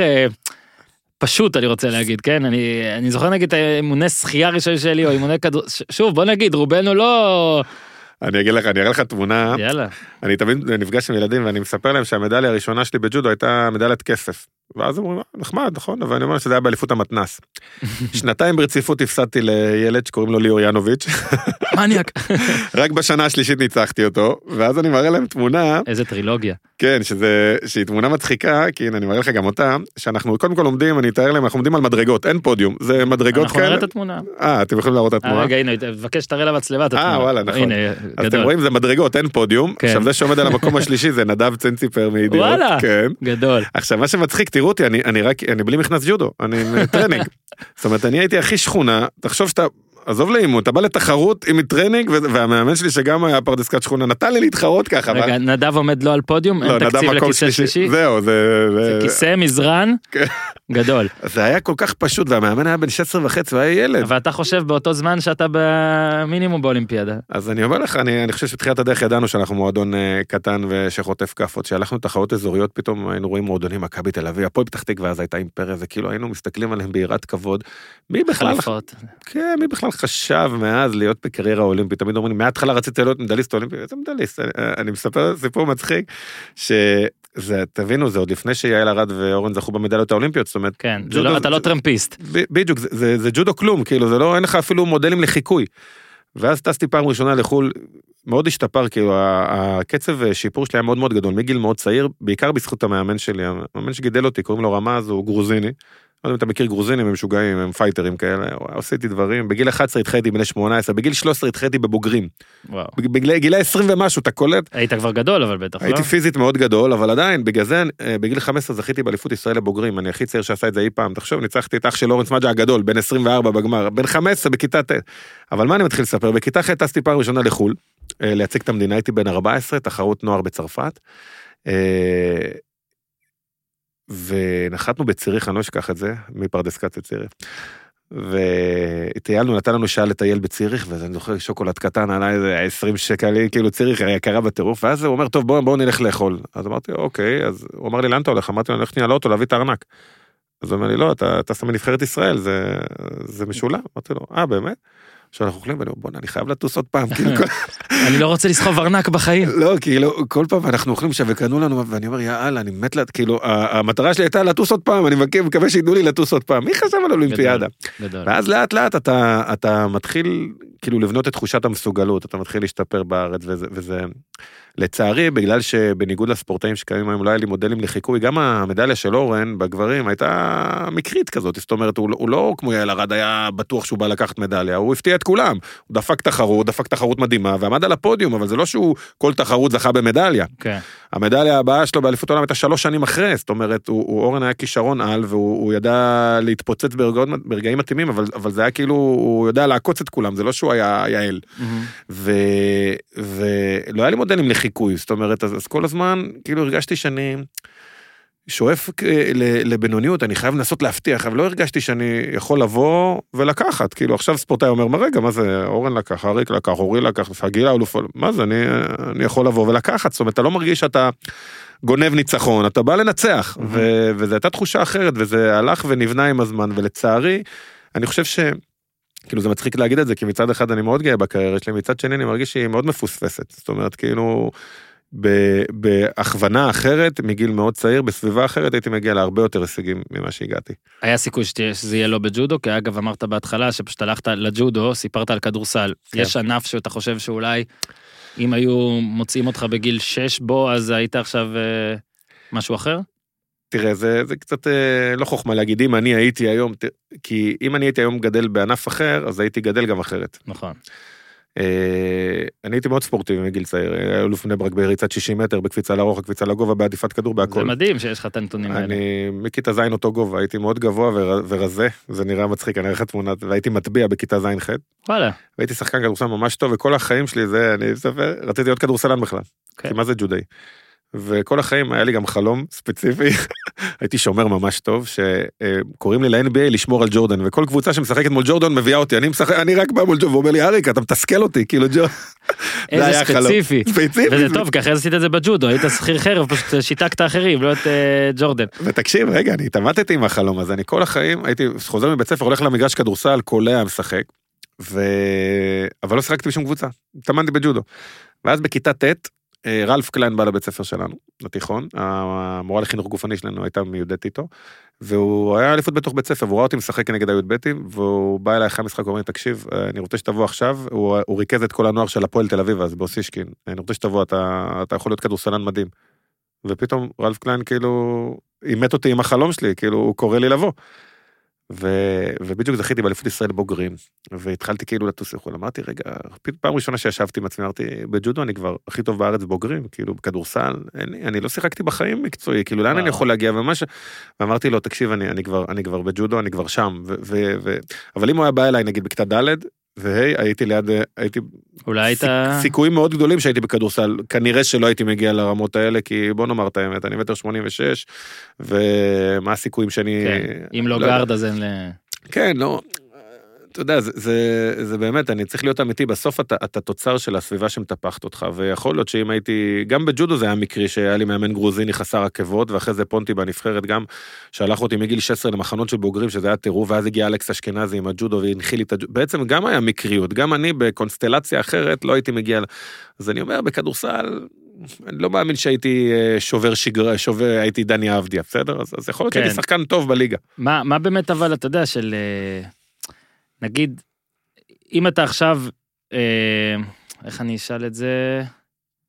פשוט, אני רוצה להגיד, כן? אני זוכר נגיד האימוני שחייה ראשון שלי, או אימוני כדור... שוב, בוא נגיד, רובנו לא... אני אראה לך תמונה, אני תמיד נפגש עם ילדים ואני מספר להם שהמדליה הראשונה שלי בג'ודו הייתה מדליית כסף, ואז אומרים, נחמד, נכון, אבל אני אומר שזה היה באליפות המתנס. 2 ברציפות הפסדתי לילד שקוראים לו ליאור ינוביץ', מניאק. רק בשנה השלישית ניצחתי אותו, ואז אני מראה להם תמונה. איזה טרילוגיה. כן, שהיא תמונה מצחיקה, כי הנה אני מראה לך גם אותה, שאנחנו קודם כל עומדים, אני אתאר להם, אנחנו עומדים על מדרגות, אין פודיום, זה מדרגות כאלה. אנחנו נראה את התמונה. אתם יכולים להראות את התמונה. רגע, הנה, תבקש תראה למצלמה את התמונה. וואלה, נכון. אז אתם רואים, זה מדרגות, אין פודיום. עכשיו זה שעומד על המקום השלישי, זה נדב צנציפר מידיעות. וואלה, גדול. עכשיו מה שמצחיק, תראו אותי, אני בלי מכנס ג'ודו, אני עם טרנינג. זאת אומרת, אני הייתי הכי שכונה, תחשוב שאתה, עזוב לאימון, אתה בא לתחרות עם טרנינג, והמאמן שלי שגם היה פרדסקת שכונה, נתן לי להתחרות ככה. רגע, נדב עומד לא על פודיום, אין תקציב לכיסא שלישי? זהו, זה כיסא מזרן, גדול. זה היה כל כך פשוט, והמאמן היה בן 16.5, והיה ילד. ואתה חושב באותו זמן שאתה במינימום באולימפיאדה. אז אני אומר לך, אני חושב שבתחילת הדרך ידענו שאנחנו מועדון קטן ושחוטף כפות, שהלכנו לתחרות אזוריות, פתאום היינו רואים מועדונים מכבי תל אביב, הפועל פתח תקווה, אז הייתה אימפריה, וכאילו היינו מסתכלים עליהם ביראת כבוד. מי בכלל חשב מאז להיות בקריירה אולימפית? תמיד אומרים, מההתחלה רציתי להיות מדליסט אולימפי, איזה מדליסט? אני מספר סיפור מצחיק, שזה, תבינו, זה עוד לפני שיעל ארד ואורן זכו במדליות האולימפיות, זאת אומרת, כן, אתה לא טרמפיסט. בדיוק, זה ג'ודו כלום, כאילו, זה לא, אין לך אפילו מודלים לחיקוי. ואז טסתי פעם ראשונה לחול, מאוד השתפר, כאילו, הקצב שיפור שלי היה מאוד מאוד גדול, מגיל מאוד צעיר, בעיקר בזכות המאמן שלי, המאמן שגידל אותי, קוראים לו רמז, הוא גרוזיני, יודע אם אתה מכיר גרוזינים, הם משוגעים, הם פייטרים כאלה, עשיתי דברים, בגיל 11 התחלתי בני 18, בגיל 13 התחלתי בבוגרים. בגיל 20 ומשהו, אתה קולט? היית כבר גדול, אבל בטח, לא? הייתי פיזית מאוד גדול, אבל עדיין, בגלל זה, בגיל 15 זכיתי באליפות ישראל לבוגרים, אני הכי צעיר שעשה את זה אי פעם, תחשוב, ניצחתי את אח של אורנס מג'ה הגדול, בן 24 בגמר, בן 15 בכיתה ט', אבל מה אני מתחיל לספר? בכיתה ח' טסתי פעם ראשונה לחול, להציג את המדינה, הייתי בן 14, תחרות נוער בצרפת, ונחתנו בציריך, אני לא אשכח את זה, מפרדס כץ לציריך, וטיילנו, נתן לנו שעה לטייל בציריך, ואני זוכר שוקולד קטן, עלה איזה 20 שקלים, כאילו ציריך, היה יקרה בטירוף, ואז הוא אומר, טוב, בואו נלך לאכול. אז אמרתי, אוקיי, אז הוא אמר לי, לאן אתה הולך? אמרתי לו, אני הולך על האוטו, להביא את הארנק. אז הוא אומר לי, לא, אתה שם מנבחרת ישראל, זה משולם. אמרתי לו, באמת? עכשיו אנחנו אוכלים, ואני אומר, בוא, אני חייב לטוס עוד פעם, כאילו, אני לא רוצה לסחוב ארנק בחיים. לא, כאילו, כל פעם אנחנו אוכלים שם וקנו לנו, ואני אומר, יאללה, אני מת כאילו, המטרה שלי הייתה לטוס עוד פעם, אני מקווה שידעו לי לטוס עוד פעם. מי חשב על אולימפיאדה? ואז לאט לאט אתה מתחיל, כאילו, לבנות את תחושת המסוגלות, אתה מתחיל להשתפר בארץ, וזה, לצערי, בגלל שבניגוד לספורטאים שקיימים היום, לא היה לי מודלים לחיקוי, גם המדליה של אורן בגברים הייתה מקרית כזאת, זאת אומרת, הוא לא כמו יעל ארד היה בטוח שהוא בא לקחת מדליה, הוא הפתיע את כולם, הוא דפק תחרות מדהימה, ועמד על הפודיום, אבל זה לא שהוא כל תחרות זכה במדליה. המדליה הבאה שלו באליפות העולם הייתה 3 שנים אחרי, זאת אומרת, אורן היה כישרון על, והוא ידע להתפוצץ ברגעים מתאימים, אבל זה היה כאילו, הוא יודע לעקוץ את כולם, זה לא שהוא היה יעל. ולא היה לי מודלים לחיקוי, זאת אומרת, אז כל הזמן, כאילו הרגשתי שאני שואף לבינוניות, אני חייב לנסות להבטיח, אבל לא הרגשתי שאני יכול לבוא ולקחת, כאילו עכשיו ספורטאי אומר, מה רגע, מה זה, אורן לקח, אריק לקח, אורי לקח, הגילה, מה זה, אני יכול לבוא ולקחת, זאת אומרת, אתה לא מרגיש שאתה גונב ניצחון, אתה בא לנצח, וזו הייתה תחושה אחרת, וזה הלך ונבנה עם הזמן, ולצערי, אני חושב כאילו זה מצחיק להגיד את זה, כי מצד אחד אני מאוד גאה בקריירה שלי, מצד שני אני מרגיש שהיא מאוד מפוספסת, זאת אומרת, כאילו, בהכוונה אחרת, מגיל מאוד צעיר, בסביבה אחרת, הייתי מגיע להרבה יותר הישגים ממה שהגעתי. היה סיכוי שזה יהיה לא בג'ודו, כי אגב אמרת בהתחלה, שפשוט הלכת לג'ודו, סיפרת על כדורסל. יש ענף שאתה חושב שאולי, אם היו מוצאים אותך בגיל 6 בו, אז היית עכשיו משהו אחר? תראה, זה קצת לא חוכמה להגיד, אם אני הייתי היום, כי אם אני הייתי היום גדל בענף אחר, אז הייתי גדל גם אחרת. נכון. אני הייתי מאוד ספורטיבי מגיל צעיר, היה אלוף בני ברק בריצת 60 מטר, בקפיצה לרוחק, קפיצה לגובה, בעדיפת כדור, בהכל. זה מדהים שיש לך את הנתונים האלה. אני מכיתה זין אותו גובה, הייתי מאוד גבוה ורזה, זה נראה מצחיק, אני אראה תמונה, והייתי מטביע בכיתה זין ח'. וואלה. והייתי שחקן כדורסל ממש טוב, וכל החיים שלי זה, אני מספר, רציתי להיות כדורסלן בכלל, כי מה זה ג'ודאי? וכל החיים היה לי גם חלום ספציפי, הייתי שומר ממש טוב, שקוראים לי ל-NBA לשמור על ג'ורדן, וכל קבוצה שמשחקת מול ג'ורדן מביאה אותי, אני רק בא מול ג'ורדן, ואומר לי, אריק, אתה מתסכל אותי, כאילו ג'ורדן. איזה ספציפי. וזה טוב, ככה עשית את זה בג'ודו, היית שכיר חרב, פשוט שיתקת אחרים, לא את ג'ורדן. ותקשיב, רגע, אני התעמתתי עם החלום הזה, אני כל החיים, הייתי חוזר מבית ספר, הולך למגרש כדורסל, קולע, משחק, אבל לא שחקתי בשום קבוצה, התאמנתי בג'ודו. ואז בכיתה ט' רלף קליין בא לבית ספר שלנו, לתיכון, המורה לחינוך גופני שלנו הייתה מיודדת איתו, והוא היה אליפות בתוך בית ספר, והוא ראה אותי משחק נגד הי"בים, והוא בא אליי אחרי המשחק, הוא אומר, תקשיב, אני רוצה שתבוא עכשיו, הוא ריכז את כל הנוער של הפועל תל אביב, אז באוסישקין, אני רוצה שתבוא, אתה יכול להיות כדורסלן מדהים. ופתאום רלף קליין כאילו, אימת אותי עם החלום שלי, כאילו הוא קורא לי לבוא. ובדיוק זכיתי באליפות ישראל בוגרים, והתחלתי כאילו לטוס לחו"ל, אמרתי, רגע, פעם ראשונה שישבתי עם עצמי, אמרתי, בג'ודו אני כבר הכי טוב בארץ בוגרים, כאילו בכדורסל, אני לא שיחקתי בחיים מקצועי, כאילו לאן אני יכול להגיע, ואמרתי לו, תקשיב, אני כבר בג'ודו, אני כבר שם, אבל אם הוא היה בא אליי, נגיד בכיתה ד' הייתי ליד, סיכויים מאוד גדולים שהייתי בכדורסל, כנראה שלא הייתי מגיע לרמות האלה, כי בוא נאמר את האמת, אני 1.86 ומה הסיכויים שאני... אם לא גארד אז אין ל... כן, לא, אתה יודע, זה באמת, אני צריך להיות אמיתי, בסוף אתה תוצר של הסביבה שמטפחת אותך, ויכול להיות שאם הייתי, גם בג'ודו זה היה מקרי, שהיה לי מאמן גרוזיני חסר עקבות, ואחרי זה פונטי בנבחרת גם, שהלך אותי מגיל 16 למחנות של בוגרים, שזה היה טירוף, ואז הגיע אלכס אשכנזי עם הג'ודו, והנחיל את הג'ודו, בעצם גם היה מקריות, גם אני בקונסטלציה אחרת, לא הייתי מגיע, אז אני אומר, בכדורסל, אני לא מאמין שהייתי שובר שגרה, הייתי דני אבדיה, בסדר? אז יכול להיות שהייתי שחקן טוב בליגה. מה באמת אבל, אתה יודע, של... נגיד, אם אתה עכשיו, איך אני אשאל את זה?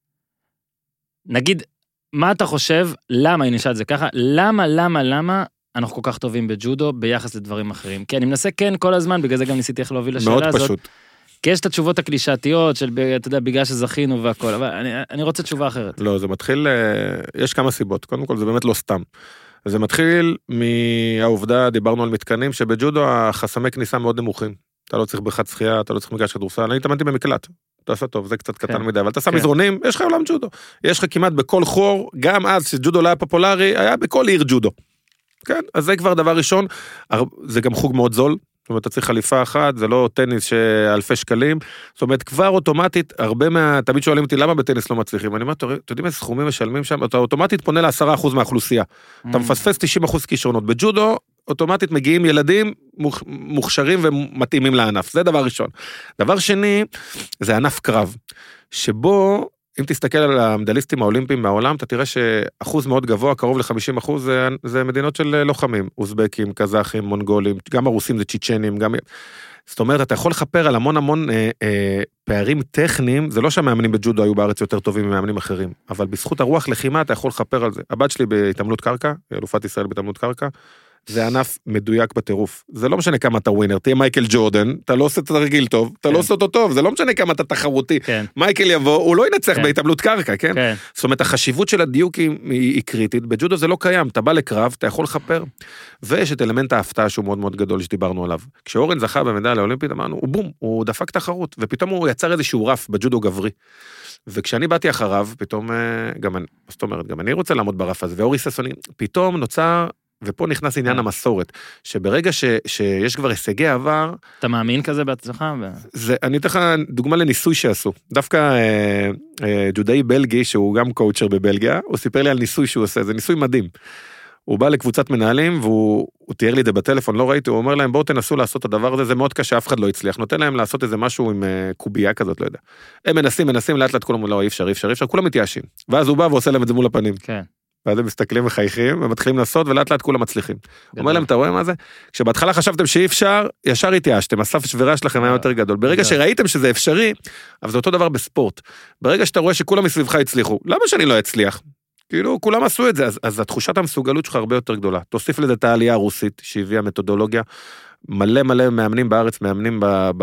נגיד, מה אתה חושב, למה, אני אשאל את זה ככה, למה אנחנו כל כך טובים בג'ודו ביחס לדברים אחרים. כי אני מנסה כן כל הזמן, בגלל זה גם ניסיתי איך להוביל לשאלה הזאת. מאוד פשוט. כי יש את התשובות הקלישאתיות של, אתה יודע, בגלל שזכינו והכל, אבל אני רוצה תשובה אחרת. לא, זה מתחיל, יש כמה סיבות. קודם כל, זה באמת לא סתם. זה מתחיל מהעובדה, דיברנו על מתקנים, שבג'ודו החסמי כניסה מאוד נמוכים. אתה לא צריך בריכת שחייה, אתה לא צריך מגרש כדורסל, אני התאמנתי במקלט. אתה עושה טוב, זה קצת קטן מדי, אבל אתה שם מזרונים, יש לך עולם ג'ודו. יש לך כמעט בכל חור, גם אז שג'ודו לא היה פופולרי, היה בכל עיר ג'ודו. כן, אז זה כבר דבר ראשון, זה גם חוג מאוד זול, זאת אומרת, אתה צריך חליפה אחת, זה לא טניס שאלפי שקלים, זאת אומרת, כבר אוטומטית, תמיד שואלים אותי, למה בטניס לא מצליחים? אני אומר, אתם יודעים איזה סכומים משלמים שם? אתה אוטומטית פונה ל10% מהאוכלוסייה. אתה מפספס 90% כישרונות. בג'ודו, אוטומטית מגיעים ילדים מוכשרים ומתאימים לענף. זה דבר ראשון. דבר שני, זה ענף קרב, שבו, אם תסתכל על המדליסטים האולימפיים מהעולם, אתה תראה שאחוז מאוד גבוה, קרוב ל-50%, זה מדינות של לוחמים, אוזבקים, קזחים, מונגולים, גם הרוסים זה צ'יצ'נים, גם... זאת אומרת, אתה יכול לחפר על המון פערים טכניים, זה לא שהמאמנים בג'ודו היו בארץ יותר טובים ממאמנים אחרים, אבל בזכות הרוח לחימה אתה יכול לחפר על זה. הבת שלי בהתאמנות קרקע, אלופת ישראל בהתאמנות קרקע, זה ענף מדויק בטירוף. זה לא משנה כמה אתה ווינר, תהיה מייקל ג'ורדן, אתה לא עושה את הרגיל טוב, אתה לא עושה אותו טוב, זה לא משנה כמה אתה תחרותי. מייקל יבוא, הוא לא ינצח בהתאמנות קרקע, כן? זאת אומרת, החשיבות של הדיוק היא קריטית, בג'ודו זה לא קיים, אתה בא לקרב, אתה יכול לחפר, ויש את אלמנט ההפתעה שהוא מאוד מאוד גדול שדיברנו עליו. כשאורן זכה במדליה האולימפית, אמרנו, הוא בום, הוא דפק תחרות, ופתאום הוא יצר איזשהו רף בג'ודו גברי. וכשאני באתי אחריו, פתאום, גם אני רוצה לעמוד ברף הזה, ואורי ססוני, פתאום נוצר ופה נכנס עניין המסורת, שברגע שיש כבר הישגי עבר... אתה מאמין כזה בעצמך? אני אתן לך דוגמה לניסוי שעשו. דווקא ג'ודאי בלגי, שהוא גם קואוצ'ר בבלגיה, הוא סיפר לי על ניסוי שהוא עושה, זה ניסוי מדהים. הוא בא לקבוצת מנהלים, והוא תיאר לי את זה בטלפון, לא ראיתי, הוא אומר להם, בואו תנסו לעשות את הדבר הזה, זה מאוד קשה, אף אחד לא הצליח. נותן להם לעשות איזה משהו עם קובייה כזאת, לא יודע. הם מנסים, לאט לאט כולם, לא, אי אפשר, כולם מתייאשים. ואז הוא בא ועושה להם את זה מול הפנים. כן. ואז הם מסתכלים וחייכים, ומתחילים לעשות, ולאט לאט כולם מצליחים. הוא אומר להם, אתה רואה מה זה? כשבהתחלה חשבתם שאי אפשר, ישר התייאשתם, הסף שבירה שלכם היה יותר גדול. ברגע שראיתם שזה אפשרי, אבל זה אותו דבר בספורט. ברגע שאתה רואה שכולם מסביבך הצליחו, למה שאני לא אצליח? כאילו, כולם עשו את זה, אז התחושת המסוגלות שלך הרבה יותר גדולה. תוסיף לזה את העלייה הרוסית, שהביאה מתודולוגיה, מלא מאמנים בארץ, מאמנים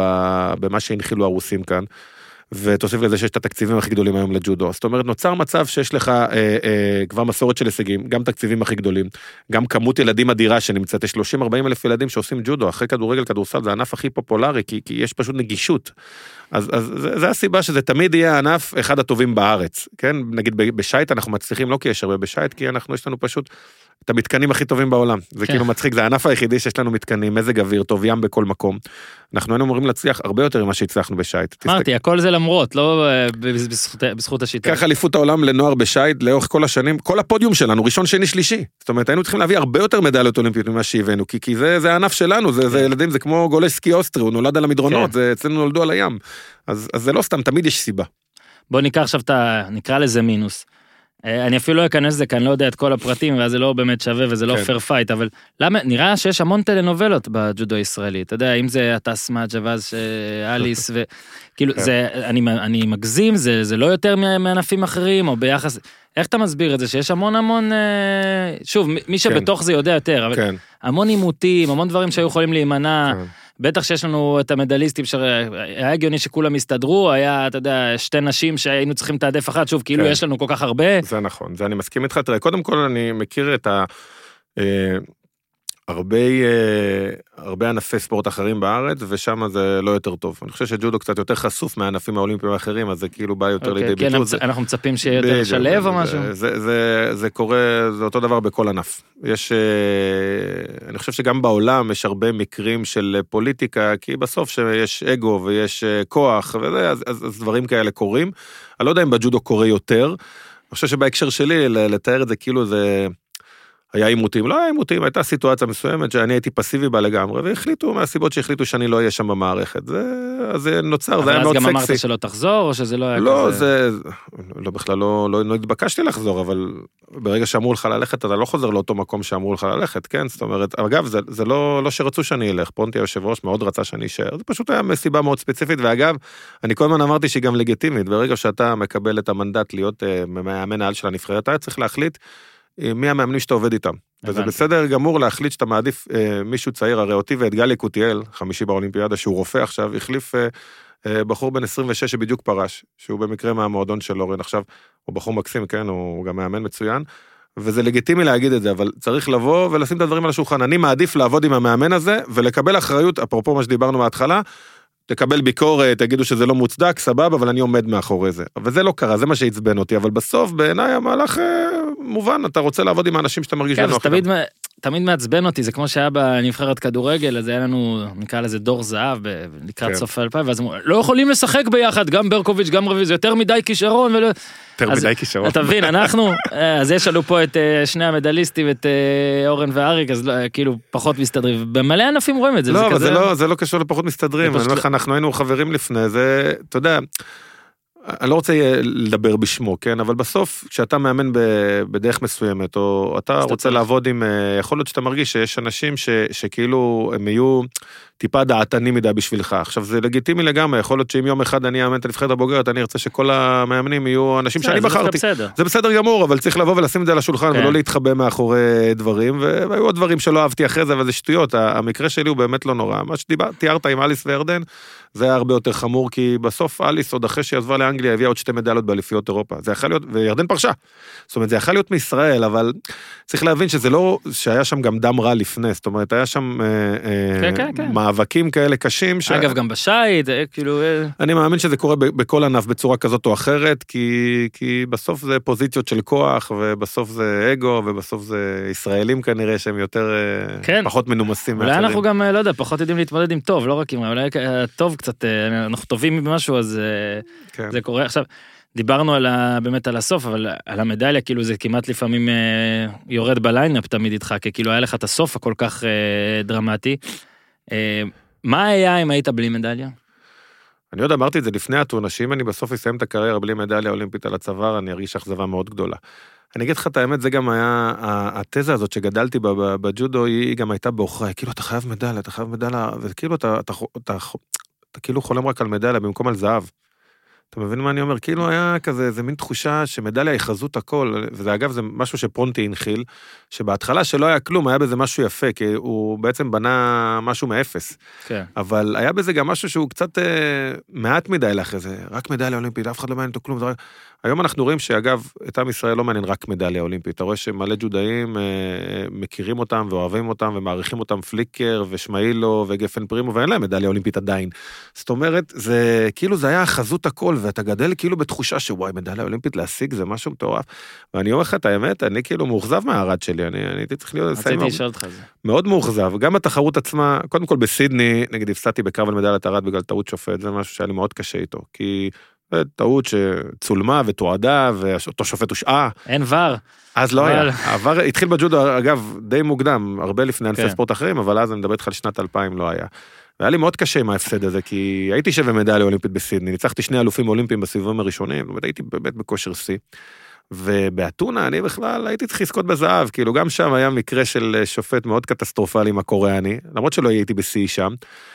במה שהנחילו הרוסים כאן. ותוסיף לזה שיש את התקציבים הכי גדולים היום לג'ודו. זאת אומרת, נוצר מצב שיש לך כבר מסורת של הישגים, גם תקציבים הכי גדולים, גם כמות ילדים אדירה שנמצאת, יש 30-40 אלף ילדים שעושים ג'ודו, אחרי כדורגל, כדורסל, זה הענף הכי פופולרי, כי יש פשוט נגישות. אז זה הסיבה שזה תמיד יהיה הענף אחד הטובים בארץ, כן? נגיד בשייט אנחנו מצליחים, לא כי יש הרבה בשייט, כי יש לנו פשוט את המתקנים הכי טובים בעולם. זה כאילו מצחיק, זה הענף היחידי שיש לנו מתקנים, מזג אוויר, טוב ים בכל מקום. אנחנו היינו אמורים להצליח הרבה יותר ממה שהצלחנו בשייט. אמרתי, הכל זה למרות, לא בזכות השיטה. ככה אליפות העולם לנוער בשייט, לאורך כל השנים, כל הפודיום שלנו, ראשון, שני, שלישי. זאת אומרת, היינו צריכים להביא הרבה יותר מדליות אולימפיות ממה שהבאנו, כי זה הענף שלנו, זה ילדים, זה כמו גולי סקי אוסטרי, הוא נולד על המדרונות, זה אצלנו נולדו על הים. אז זה לא סתם, תמיד יש סיבה. בוא ניקח עכשיו נקרא לזה מינוס. אני אפילו לא אכנס לזה, כי אני לא יודע את כל הפרטים, ואז זה לא באמת שווה, וזה לא פייר פייט, אבל למה, נראה שיש המון טלנובלות בג'ודו הישראלי, אתה יודע, אם זה הטס מאג'ה, ואז אליס, וכאילו, אני מגזים, זה לא יותר מענפים אחרים, או ביחס, איך אתה מסביר את זה, שיש המון, שוב, מי שבתוך זה יודע יותר, אבל המון עימותים, המון דברים שהיו יכולים להימנע, בטח שיש לנו את המדליסטים שהיה הגיוני שכולם הסתדרו, היה, אתה יודע, שתי נשים שהיינו צריכים לתעדף אחת, שוב, כאילו יש לנו כל כך הרבה. זה נכון, זה אני מסכים איתך, תראה, קודם כל אני מכיר את הרבה ענפי ספורט אחרים בארץ, ושם זה לא יותר טוב. אני חושב שג'ודו קצת יותר חשוף מהענפים האולימפיים האחרים, אז זה כאילו בא יותר לידי ביטוי. כן, אנחנו מצפים שיהיה יותר שלב או משהו? זה קורה, זה אותו דבר בכל ענף. אני חושב שגם בעולם יש הרבה מקרים של פוליטיקה, כי בסוף שיש אגו ויש כוח, אז דברים כאלה קורים. אני לא יודע אם בג'ודו קורה יותר. אני חושב שבהקשר שלי, לתאר את זה כאילו זה... היה עימותים, לא היה עימותים, הייתה סיטואציה מסוימת שאני הייתי פסיבי בה לגמרי, והחליטו מהסיבות שהחליטו שאני לא אהיה שם במערכת, זה נוצר, זה היה מאוד סקסי. אבל אז גם אמרת שלא תחזור, או שזה לא היה כזה? לא, בכלל לא התבקשתי לחזור, אבל ברגע שאמרו לך ללכת, אתה לא חוזר לאותו מקום שאמרו לך ללכת, כן? זאת אומרת, אגב, זה לא שרצו שאני אלך, פונטי היושב ראש מאוד רצה שאני אשאר, זה פשוט היה מסיבה מאוד ספציפית, ואגב, אני כל הזמן אמרתי שהיא גם לגיטימית, ברגע שאתה מקבל את המנדט להיות מאמן העל של הנבחרת, אתה צריך להחליט מי המאמנים שאתה עובד איתם. וזה בסדר גמור להחליט שאתה מעדיף מישהו צעיר, הרי אותי ואת גלי קוטיאל, 5 באולימפיאדה, שהוא רופא עכשיו, החליף בחור בן 26 שבדיוק פרש, שהוא במקרה מהמועדון של אורן עכשיו, הוא בחור מקסים, כן, הוא גם מאמן מצוין, וזה לגיטימי להגיד את זה, אבל צריך לבוא ולשים את הדברים על השולחן. אני מעדיף לעבוד עם המאמן הזה, ולקבל אחריות, אפרופו מה שדיברנו מההתחלה, תקבל ביקורת, תגידו שזה לא מוצדק, סבבה, אבל אני עומד מאחורי זה. וזה לא קרה, זה מה שהצבן אותי, אבל בסוף בעיניי המהלך מובן, אתה רוצה לעבוד עם האנשים שאתה מרגיש בנוח. תמיד מעצבן אותי, זה כמו שהיה בנבחרת כדורגל, אז היה לנו, נקרא לזה דור זהב, לקראת סוף 2000, ואז אמרו, לא יכולים לשחק ביחד, גם ברקוביץ', גם רביז, יותר מדי כישרון, יותר מדי כישרון. אתה מבין, אנחנו, אז יש לנו פה את שני המדליסטים, את אורן ואריק, אז כאילו פחות מסתדרים, במלא ענפים רואים את זה. לא, אבל זה לא קשור לפחות מסתדרים, אנחנו היינו חברים לפני, זה, אתה יודע, אני לא רוצה לדבר בשמו, כן? אבל בסוף, כשאתה מאמן בדרך מסוימת, או אתה רוצה לעבוד עם, יכול להיות שאתה מרגיש שיש אנשים שכאילו הם יהיו טיפה דעתנים מדי בשבילך. עכשיו, זה לגיטימי לגמרי, יכול להיות שאם יום אחד אני אאמן את הנבחרת הבוגרת, אני ארצה שכל המאמנים יהיו אנשים שאני בחרתי. זה בסדר גמור, אבל צריך לבוא ולשים את זה על השולחן, ולא להתחבא מאחורי דברים, והיו עוד דברים שלא אהבתי אחרי זה, אבל זה שטויות. המקרה שלי הוא באמת לא נורא. מה שתיארת עם אליס וירדן, זה היה הרבה יותר חמור, כי בסוף אליס, עוד אחרי שהיא עזבה לאנגליה, הביאה עוד 2 מדליות באליפויות אירופה. זה יכול להיות, וירדן פרשה. זאת אומרת, זה יכול להיות מישראל, אבל צריך להבין שזה לא, שהיה שם גם דם רע לפני, זאת אומרת, היה שם מאבקים כאלה קשים. אגב, גם בשייט, כאילו... אני מאמין שזה קורה בכל ענף בצורה כזאת או אחרת, כי בסוף זה פוזיציות של כוח, ובסוף זה אגו, ובסוף זה ישראלים כנראה שהם יותר, פחות מנומסים מאחרים. אולי אנחנו גם, לא יודע, פחות יודעים להתמודד עם טוב, לא רק עם רע, אולי טוב קצת, אנחנו טובים במשהו, אז זה קורה. עכשיו, דיברנו באמת על הסוף, אבל על המדליה, כאילו זה כמעט לפעמים יורד בליינאפ תמיד איתך, כי כאילו היה לך את הסוף הכל כך דרמטי. מה היה אם היית בלי מדליה? אני עוד אמרתי את זה לפני התאונה, שאם אני בסוף אסיים את הקריירה בלי מדליה אולימפית על הצוואר, אני ארגיש אכזבה מאוד גדולה. אני אגיד לך את האמת, זה גם היה, התזה הזאת שגדלתי בג'ודו, היא גם הייתה באוכריי, כאילו אתה חייב מדליה, וכאילו אתה כאילו חולם רק על מדליה במקום על זהב. אתה מבין מה אני אומר? כאילו היה כזה, זה מין תחושה שמדליה היא חזות הכל, וזה אגב זה משהו שפרונטי הנחיל, שבהתחלה שלא היה כלום, היה בזה משהו יפה, כי הוא בעצם בנה משהו מאפס. כן. אבל היה בזה גם משהו שהוא קצת מעט מדי לאחרי זה, רק מדליה אולימפית, אף אחד לא מעניין אותו כלום. היום אנחנו רואים שאגב, את עם ישראל לא מעניין רק מדליה אולימפית, אתה רואה שמלא ג'ודאים מכירים אותם ואוהבים אותם ומעריכים אותם פליקר ושמאילו וגפן פרימו, ואין להם מדליה אולימפית עדיין. זאת אומרת, זה כאילו זה היה חזות הכל, ואתה גדל כאילו בתחושה שוואי, מדליה אולימפית להשיג זה משהו מטורף. ואני אומר לך את האמת, אני כאילו מאוכזב מהערד שלי, אני הייתי צריך להיות מאוד מאוכזב. גם התחרות עצמה, קודם כל בסידני, נגיד הפסדתי בקרב על מדליית הערד בגלל טעות שופט, זה משהו שהיה לי מאוד קשה איתו, כי טעות שצולמה ותועדה, ואותו שופט הושעה. אין ור. אז לא היה. העבר התחיל בג'ודו, אגב, די מוקדם, הרבה לפני ענפי ספורט אחרים, אבל אז אני מדבר איתך על שנת 2000 לא היה. והיה לי מאוד קשה עם ההפסד הזה, כי הייתי שווה מדליה אולימפית בסידני, ניצחתי 2 אלופים אולימפיים בסיבובים הראשונים, הייתי באמת בכושר שיא. ובאתונה אני בכלל הייתי צריך לזכות בזהב, כאילו גם שם היה מקרה של שופט מאוד קטסטרופלי עם הקוריאני, למרות שלא הייתי בשיא שם,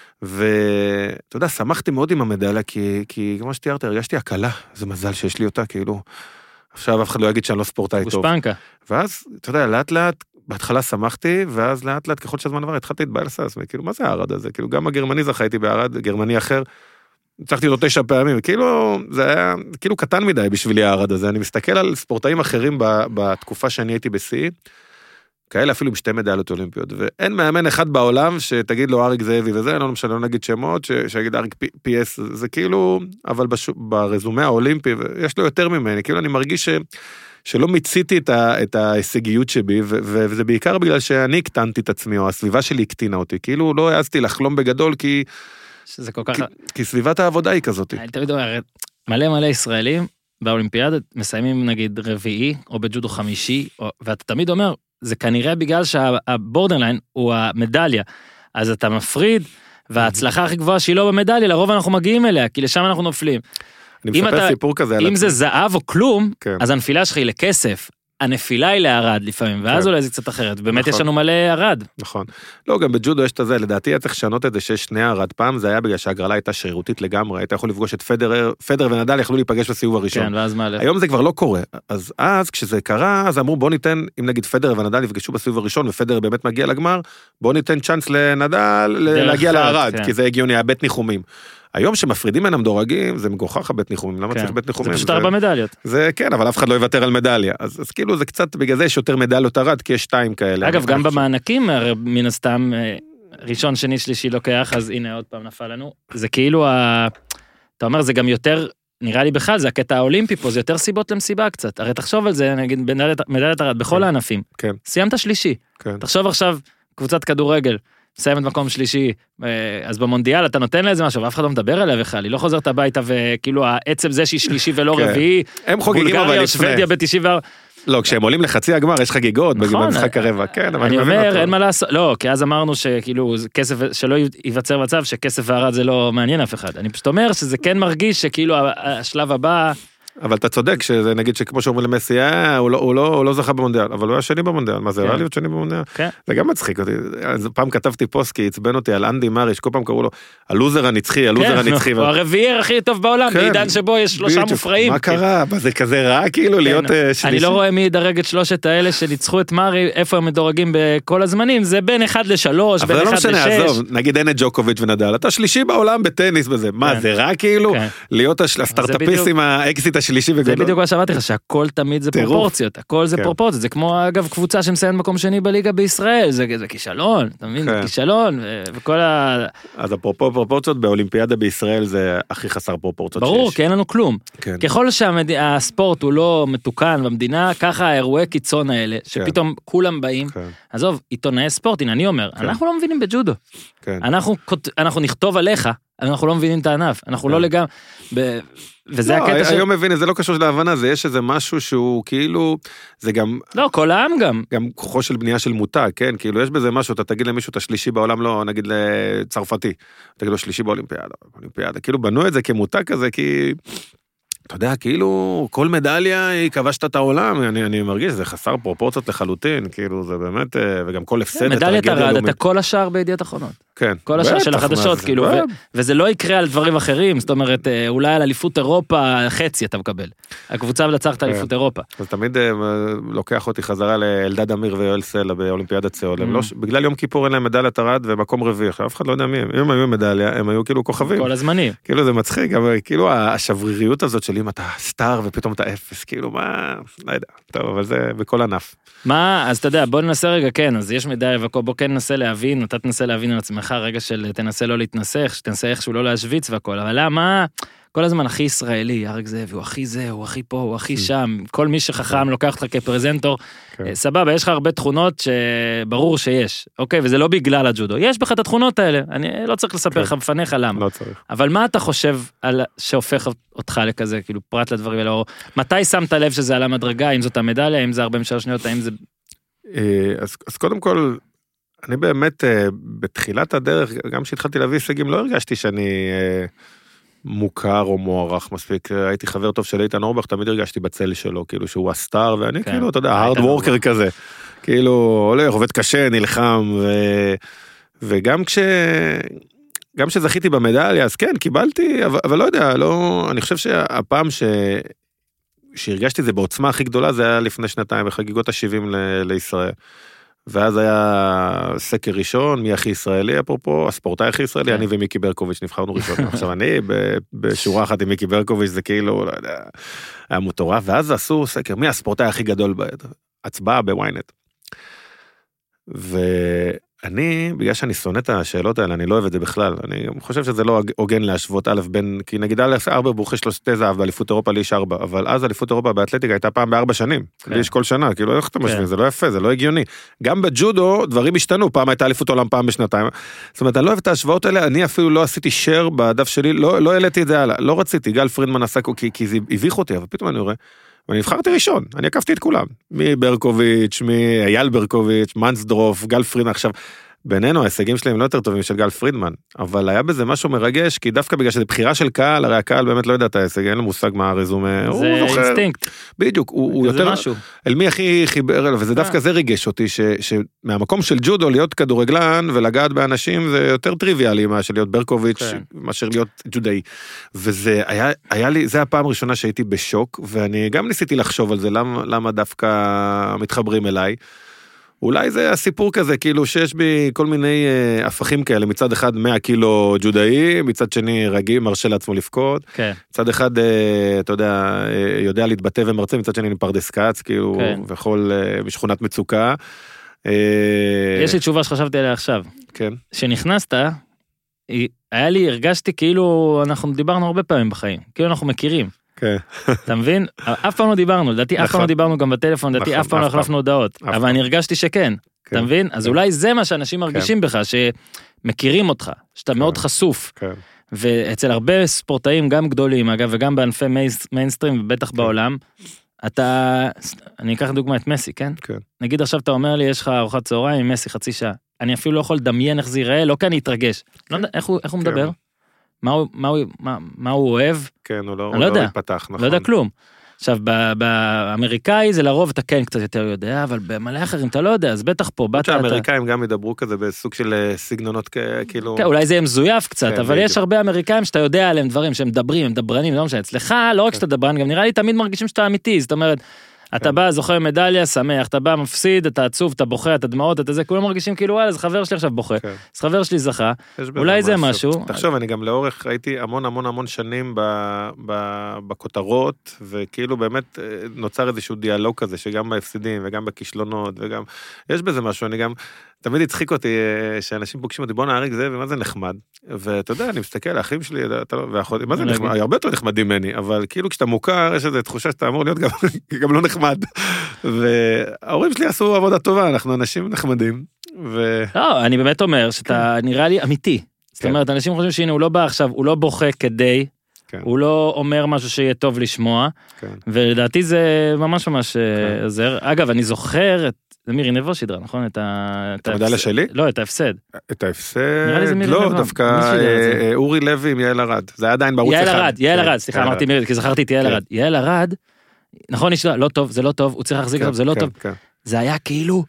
ואתה יודע, שמחתי מאוד עם המדליה, כי כמו שתיארתי, הרגשתי הקלה, זה מזל שיש לי אותה, כאילו, עכשיו אף אחד לא יגיד שאני לא ספורטאי טוב. גושפנקה. ואז, אתה יודע, לאט לאט, בהתחלה שמחתי, ואז לאט לאט, ככל שהזמן עבר, התחלתי להתבאל סס, וכאילו, מה זה הערד הזה? כאילו, גם הגרמני זכיתי בערד, גרמני אחר, הצלחתי אותו 9 פעמים, כאילו, זה היה, כאילו, קטן מדי בשבילי הערד הזה, אני מסתכל על ספורטאים אחרים בתקופה שאני הייתי בשיא, כאלה אפילו עם 2 מדליות אולימפיות, ואין מאמן אחד בעולם שתגיד לו אריק זאבי וזה, לא משנה, לא נגיד שמות, שיגיד אריק פי.אס, זה כאילו, אבל ברזומה האולימפי, יש לו יותר ממני, כאילו אני מרגיש שלא מיציתי את ההישגיות שבי, וזה בעיקר בגלל שאני הקטנתי את עצמי, או הסביבה שלי הקטינה אותי, כאילו לא העזתי לחלום בגדול, כי סביבת העבודה היא כזאת. אני תמיד אומר, מלא ישראלים באולימפיאדה מסיימים נגיד רביעי, או בג'ודו חמישי, ואתה תמיד אומר, זה כנראה בגלל שהבורדרליין הוא המדליה, אז אתה מפריד, וההצלחה הכי גבוהה שהיא לא במדליה, לרוב אנחנו מגיעים אליה, כי לשם אנחנו נופלים. אני מספר סיפור כזה. אם זה זהב או כלום, אז הנפילה שלך היא לכסף, הנפילה היא לערד לפעמים, ואז אולי זה קצת אחרת, באמת יש לנו מלא ערד. נכון. לא, גם בג'ודו יש את זה, לדעתי היה צריך לשנות את זה שיש שני ערד, פעם זה היה בגלל שהגרלה הייתה שרירותית לגמרי, היית יכול לפגוש את פדר ונדל יכלו להיפגש בסיבוב הראשון. כן, ואז מה הלך? היום זה כבר לא קורה, אז כשזה קרה, אז אמרו בוא ניתן, אם נגיד פדר ונדל יפגשו בסיבוב הראשון, ופדר באמת מגיע לגמר, בוא ניתן צ'אנס לנדל להגיע לערד, כי זה הגיוני, היה בית ניחומים. היום שמפרידים בין המדורגים, זה מגוחך בית ניחומים, למה צריך בית ניחומים? זה פשוט 4 מדליות. זה כן, אבל אף אחד לא יוותר על מדליה, אז כאילו זה קצת, בגלל זה יש יותר מדליות ערד, כי יש 2 כאלה. אגב, גם במענקים, מן הסתם, ראשון, שני, שלישי לוקח, אז הנה עוד פעם נפל לנו, זה כאילו, אתה אומר, זה גם יותר, נראה לי בכלל, זה הקטע האולימפי פה, זה יותר סיבות למסיבה קצת, הרי תחשוב על זה, נגיד, מדליית ערד, בכל הענפים, סיימת שלישי, תחשוב עכשיו, קבוצת כדורגל, מסיימת מקום שלישי, אז במונדיאל אתה נותן לה איזה משהו, ואף אחד לא מדבר עליה בכלל, היא לא חוזרת הביתה, וכאילו העצם זה שהיא שלישי ולא רביעי, הם חוגגים אבל לפני. שוודיה ב-94. לא, כשהם עולים לחצי הגמר, יש חגיגות, במשחק הרבע, כן, אבל אני אומר, אין מה לעשות, לא, כי אז אמרנו שכאילו, כסף, שלא ייווצר מצב, שכסף וערד זה לא מעניין אף אחד, אני פשוט אומר שזה כן מרגיש שכאילו השלב הבא, אבל אתה צודק, שזה נגיד שכמו שאומרים למסי, הוא לא זכה במונדיאל, אבל הוא היה שני במונדיאל, מה זה רע להיות שני במונדיאל? זה גם מצחיק אותי, פעם כתבתי פוסט, כי הצבן אותי על אנדי מריש, כל פעם קראו לו, הלוזר הנצחי, הוא הרביעי הכי טוב בעולם, בעידן שבו יש 3 מופרעים. מה קרה? זה כזה רע כאילו להיות שלישי? אני לא רואה מי ידרג את 3 האלה שניצחו את מרי, איפה הם מדורגים בכל הזמנים, זה בין 1-3, בין 1-6. נגיד אין את ג'וקוביץ' ונדל, אתה שלישי בעולם בטניס בזה, מה זה רע כאילו? להיות הסטארט-אפיסט עם האקזיט השלישי וגדול. זה בדיוק מה שאמרתי לך, שהכל תמיד זה פרופורציות, הכל זה פרופורציות, זה כמו אגב קבוצה שמסיימת מקום שני בליגה בישראל, זה כישלון, אתה מבין, זה כישלון, וכל אז הפרופורציות באולימפיאדה בישראל זה הכי חסר פרופורציות שיש. ברור, כי אין לנו כלום. ככל שהספורט הוא לא מתוקן במדינה, ככה האירועי קיצון האלה, שפתאום כולם באים, עזוב, עיתונאי ספורט, הנה אני אומר, אנחנו לא מבינים בג'ודו. אנחנו נכתוב עליך, אנחנו לא מבינים את הענף, אנחנו לא לגמרי, וזה הקטע היום מבין, זה לא קשור להבנה, זה יש איזה משהו שהוא כאילו, זה גם... לא, כל העם גם. גם כוחו של בנייה של מותג, כן? כאילו יש בזה משהו, אתה תגיד למישהו, אתה שלישי בעולם, לא, נגיד לצרפתי, תגיד לו שלישי באולימפיאדה, כאילו בנו את זה כמותג כזה, כי... אתה יודע, כאילו, כל מדליה היא כבשת את העולם, אני מרגיש, זה חסר פרופורציות לחלוטין, כאילו, זה באמת, וגם כל הפסד, מדליית ערד, אתה כל השאר בידיעות אחרונות. כן. כל השאר של החדשות, כאילו, וזה לא יקרה על דברים אחרים, זאת אומרת, אולי על אליפות אירופה, חצי אתה מקבל. הקבוצה לצחת אליפות אירופה. אז תמיד לוקח אותי חזרה לאלדד אמיר ויואל סלע באולימפיאדת סיאול, בגלל יום כיפור אין להם מדליית ערד ומקום רביעי, אף אחד לא יודע מי הם. אם הם היו מדליה, הם היו כאילו כוכבים. כל הזמנים. כאילו זה מצחיק, כאילו השבריריות הזאת של אם אתה סטאר ופתאום אתה אפס, כאילו מה, לא יודע, טוב, אבל זה בכל ענף. מה, אז אתה יודע, בוא ננסה רגע, כן, אז יש מדליה בוא כן ננסה להבין, אתה תנסה להבין על עצמך, רגע של תנסה לא להתנסח, שתנסה איכשהו לא להשוויץ והכל, אבל למה, כל הזמן הכי ישראלי, אריק זאב, הוא הכי זה, הוא הכי פה, הוא הכי שם, כל מי שחכם לוקח אותך כפרזנטור, סבבה, יש לך הרבה תכונות שברור שיש, אוקיי, וזה לא בגלל הג'ודו, יש בך את התכונות האלה, אני לא צריך לספר לך בפניך למה, לא צריך. אבל מה אתה חושב שהופך אותך לכזה, כאילו פרט לדברים האלה, או מתי שמת לב שזה על המדרגה, אם זאת המדליה, אם זה 43 שניות, האם זה... אז קודם כל, אני באמת, בתחילת הדרך, גם שהתחלתי להביא הישגים, לא הרגשתי שאני מוכר או מוערך מספיק, הייתי חבר טוב של איתן אורבך, תמיד הרגשתי בצל שלו, כאילו שהוא הסטאר, ואני כאילו, אתה יודע, הארד וורקר כזה, כאילו, הולך, עובד קשה, נלחם, וגם גם כשזכיתי במדליה, אז כן, קיבלתי, אבל לא יודע, אני חושב שהפעם שהרגשתי את זה בעוצמה הכי גדולה, זה היה לפני 2 בחגיגות ה-70 לישראל. ואז היה סקר ראשון, מי הכי ישראלי, אפרופו, הספורטאי הכי ישראלי, אני ומיקי ברקוביץ' נבחרנו ראשון. עכשיו אני בשורה אחת עם מיקי ברקוביץ', זה כאילו, לא יודע, היה מטורף, ואז עשו סקר, מי הספורטאי הכי גדול בהצבעה בוויינט. ואני, בגלל שאני שונא את השאלות האלה, אני לא אוהב את זה בכלל, אני חושב שזה לא הוגן להשוות א' בין, כי נגיד א' 4 ברוך יש לו 2 זהב, באליפות אירופה לאיש 4, אבל אז אליפות אירופה באתלטיקה הייתה פעם ב4 שנים, לאיש כל שנה, כאילו איך אתה משווה, זה לא יפה, זה לא הגיוני. גם בג'ודו דברים השתנו, פעם הייתה אליפות עולם, פעם בשנתיים, זאת אומרת, אני לא אוהב את ההשוואות האלה, אני אפילו לא עשיתי share בדף שלי, לא העליתי את זה הלאה, לא רציתי, גל פרידמן עשה כי זה הביך אותי, אבל פתאום אני רואה, ואני נבחרתי ראשון, אני עקפתי את כולם, מברקוביץ', מאייל ברקוביץ', מנסדרוף, גל פרידמן, עכשיו, בינינו, ההישגים שלהם לא יותר טובים של גל פרידמן, אבל היה בזה משהו מרגש, כי דווקא בגלל שזה בחירה של קהל, הרי הקהל באמת לא יודע את ההישג, אין לו מושג מה הרזומה, זה אינסטינקט. בדיוק, הוא יותר, אל מי הכי חיבר אליו, וזה דווקא זה ריגש אותי, שמהמקום של ג'ודו להיות כדורגלן ולגעת באנשים, זה יותר טריוויאלי מאשר להיות ברקוביץ', מאשר להיות ג'ודאי, וזה היה לי, זה הפעם הראשונה שהייתי בשוק, ואני גם ניסיתי לחשוב על זה, למה דווקא מתחברים אליי, אולי זה הסיפור כזה, כאילו שיש בי כל מיני הפכים כאלה, מצד אחד 100 קילו ג'ודאי, מצד שני רגיל, מרשה לעצמו לפקוד, מצד אחד, אתה יודע להתבטא ומרצה, מצד שני פרדס כץ, כאילו, וכל משכונת מצוקה. יש לי תשובה שחשבתי עליה עכשיו. כן. שנכנסת, הרגשתי כאילו, אנחנו דיברנו הרבה פעמים בחיים, כאילו אנחנו מכירים. כן. אתה מבין? אף פעם לא דיברנו, לדעתי אף פעם לא דיברנו גם בטלפון, לדעתי אף פעם לא החלפנו הודעות, אבל אני הרגשתי שכן, אתה מבין? אז אולי זה מה שאנשים מרגישים בך, שמכירים אותך, שאתה מאוד חשוף, ואצל הרבה ספורטאים, גם גדולים, אגב, וגם בענפי מיינסטרים, בטח בעולם, אני אקח דוגמה את מסי, כן? נגיד עכשיו אתה אומר לי, יש לך ארוחת צהריים עם מסי חצי שעה, אני אפילו לא יכול לדמיין איך זה ייראה, לא כי אני אתרגש, איך הוא מדבר? מה הוא אוהב? כן, הוא לא יפתח, נכון. לא יודע כלום. עכשיו, באמריקאי זה לרוב אתה כן קצת יותר יודע, אבל במלא אחרים אתה לא יודע, אז בטח פה, באת אתה... האמריקאים גם ידברו כזה בסוג של סגנונות כאילו... כן, אולי זה מזויף קצת, אבל יש הרבה אמריקאים שאתה יודע עליהם דברים שהם מדברים, הם דברנים, לא משנה, אצלך לא רק שאתה דברן, גם נראה לי תמיד מרגישים שאתה אמיתי, זאת אומרת, אתה בא, זוכה מדליה, שמח, אתה בא, מפסיד, אתה עצוב, אתה בוכה, אתה דמעות, אתה זה, כולם מרגישים כאילו, וואלה, זה חבר שלי עכשיו בוכה, אז חבר שלי זכה, אולי זה משהו. תחשוב, אני גם לאורך ראיתי המון שנים בכותרות, וכאילו באמת נוצר איזשהו דיאלוג כזה, שגם בהפסידים, וגם בכישלונות, וגם, יש בזה משהו, אני גם, תמיד הצחיק אותי, שאנשים פוגשים אותי, בוא נהרג זה, ומה זה נחמד, ואתה יודע, אני מסתכל, האחים שלי, מה זה נחמד, הרבה יותר נחמדים ממני, אבל כאילו כשאתה מוכר, יש איזו תחושה שאתה אמור להיות גם לא נחמד, וההורים שלי עשו עבודה טובה, אנחנו אנשים נחמדים, לא, אני באמת אומר שאתה נראה לי אמיתי, זאת אומרת, אנשים חושבים שהנה הוא לא בא עכשיו, הוא לא בוכה כדי, הוא לא אומר משהו שיהיה טוב לשמוע, ולדעתי זה ממש עזר, אגב, אני זוכר את זה מירי נבו שידרה, נכון? את המדליה שלי? לא, את ההפסד. את ההפסד? לא, דווקא אורי לוי עם יעל ארד. זה היה עדיין בערוץ אחד. יעל ארד, סליחה, אמרתי מירי, כי זכרתי את יעל ארד. יעל ארד, נכון, לא טוב, זה לא טוב, הוא צריך להחזיק אותו, זה לא טוב. זה היה כאילו,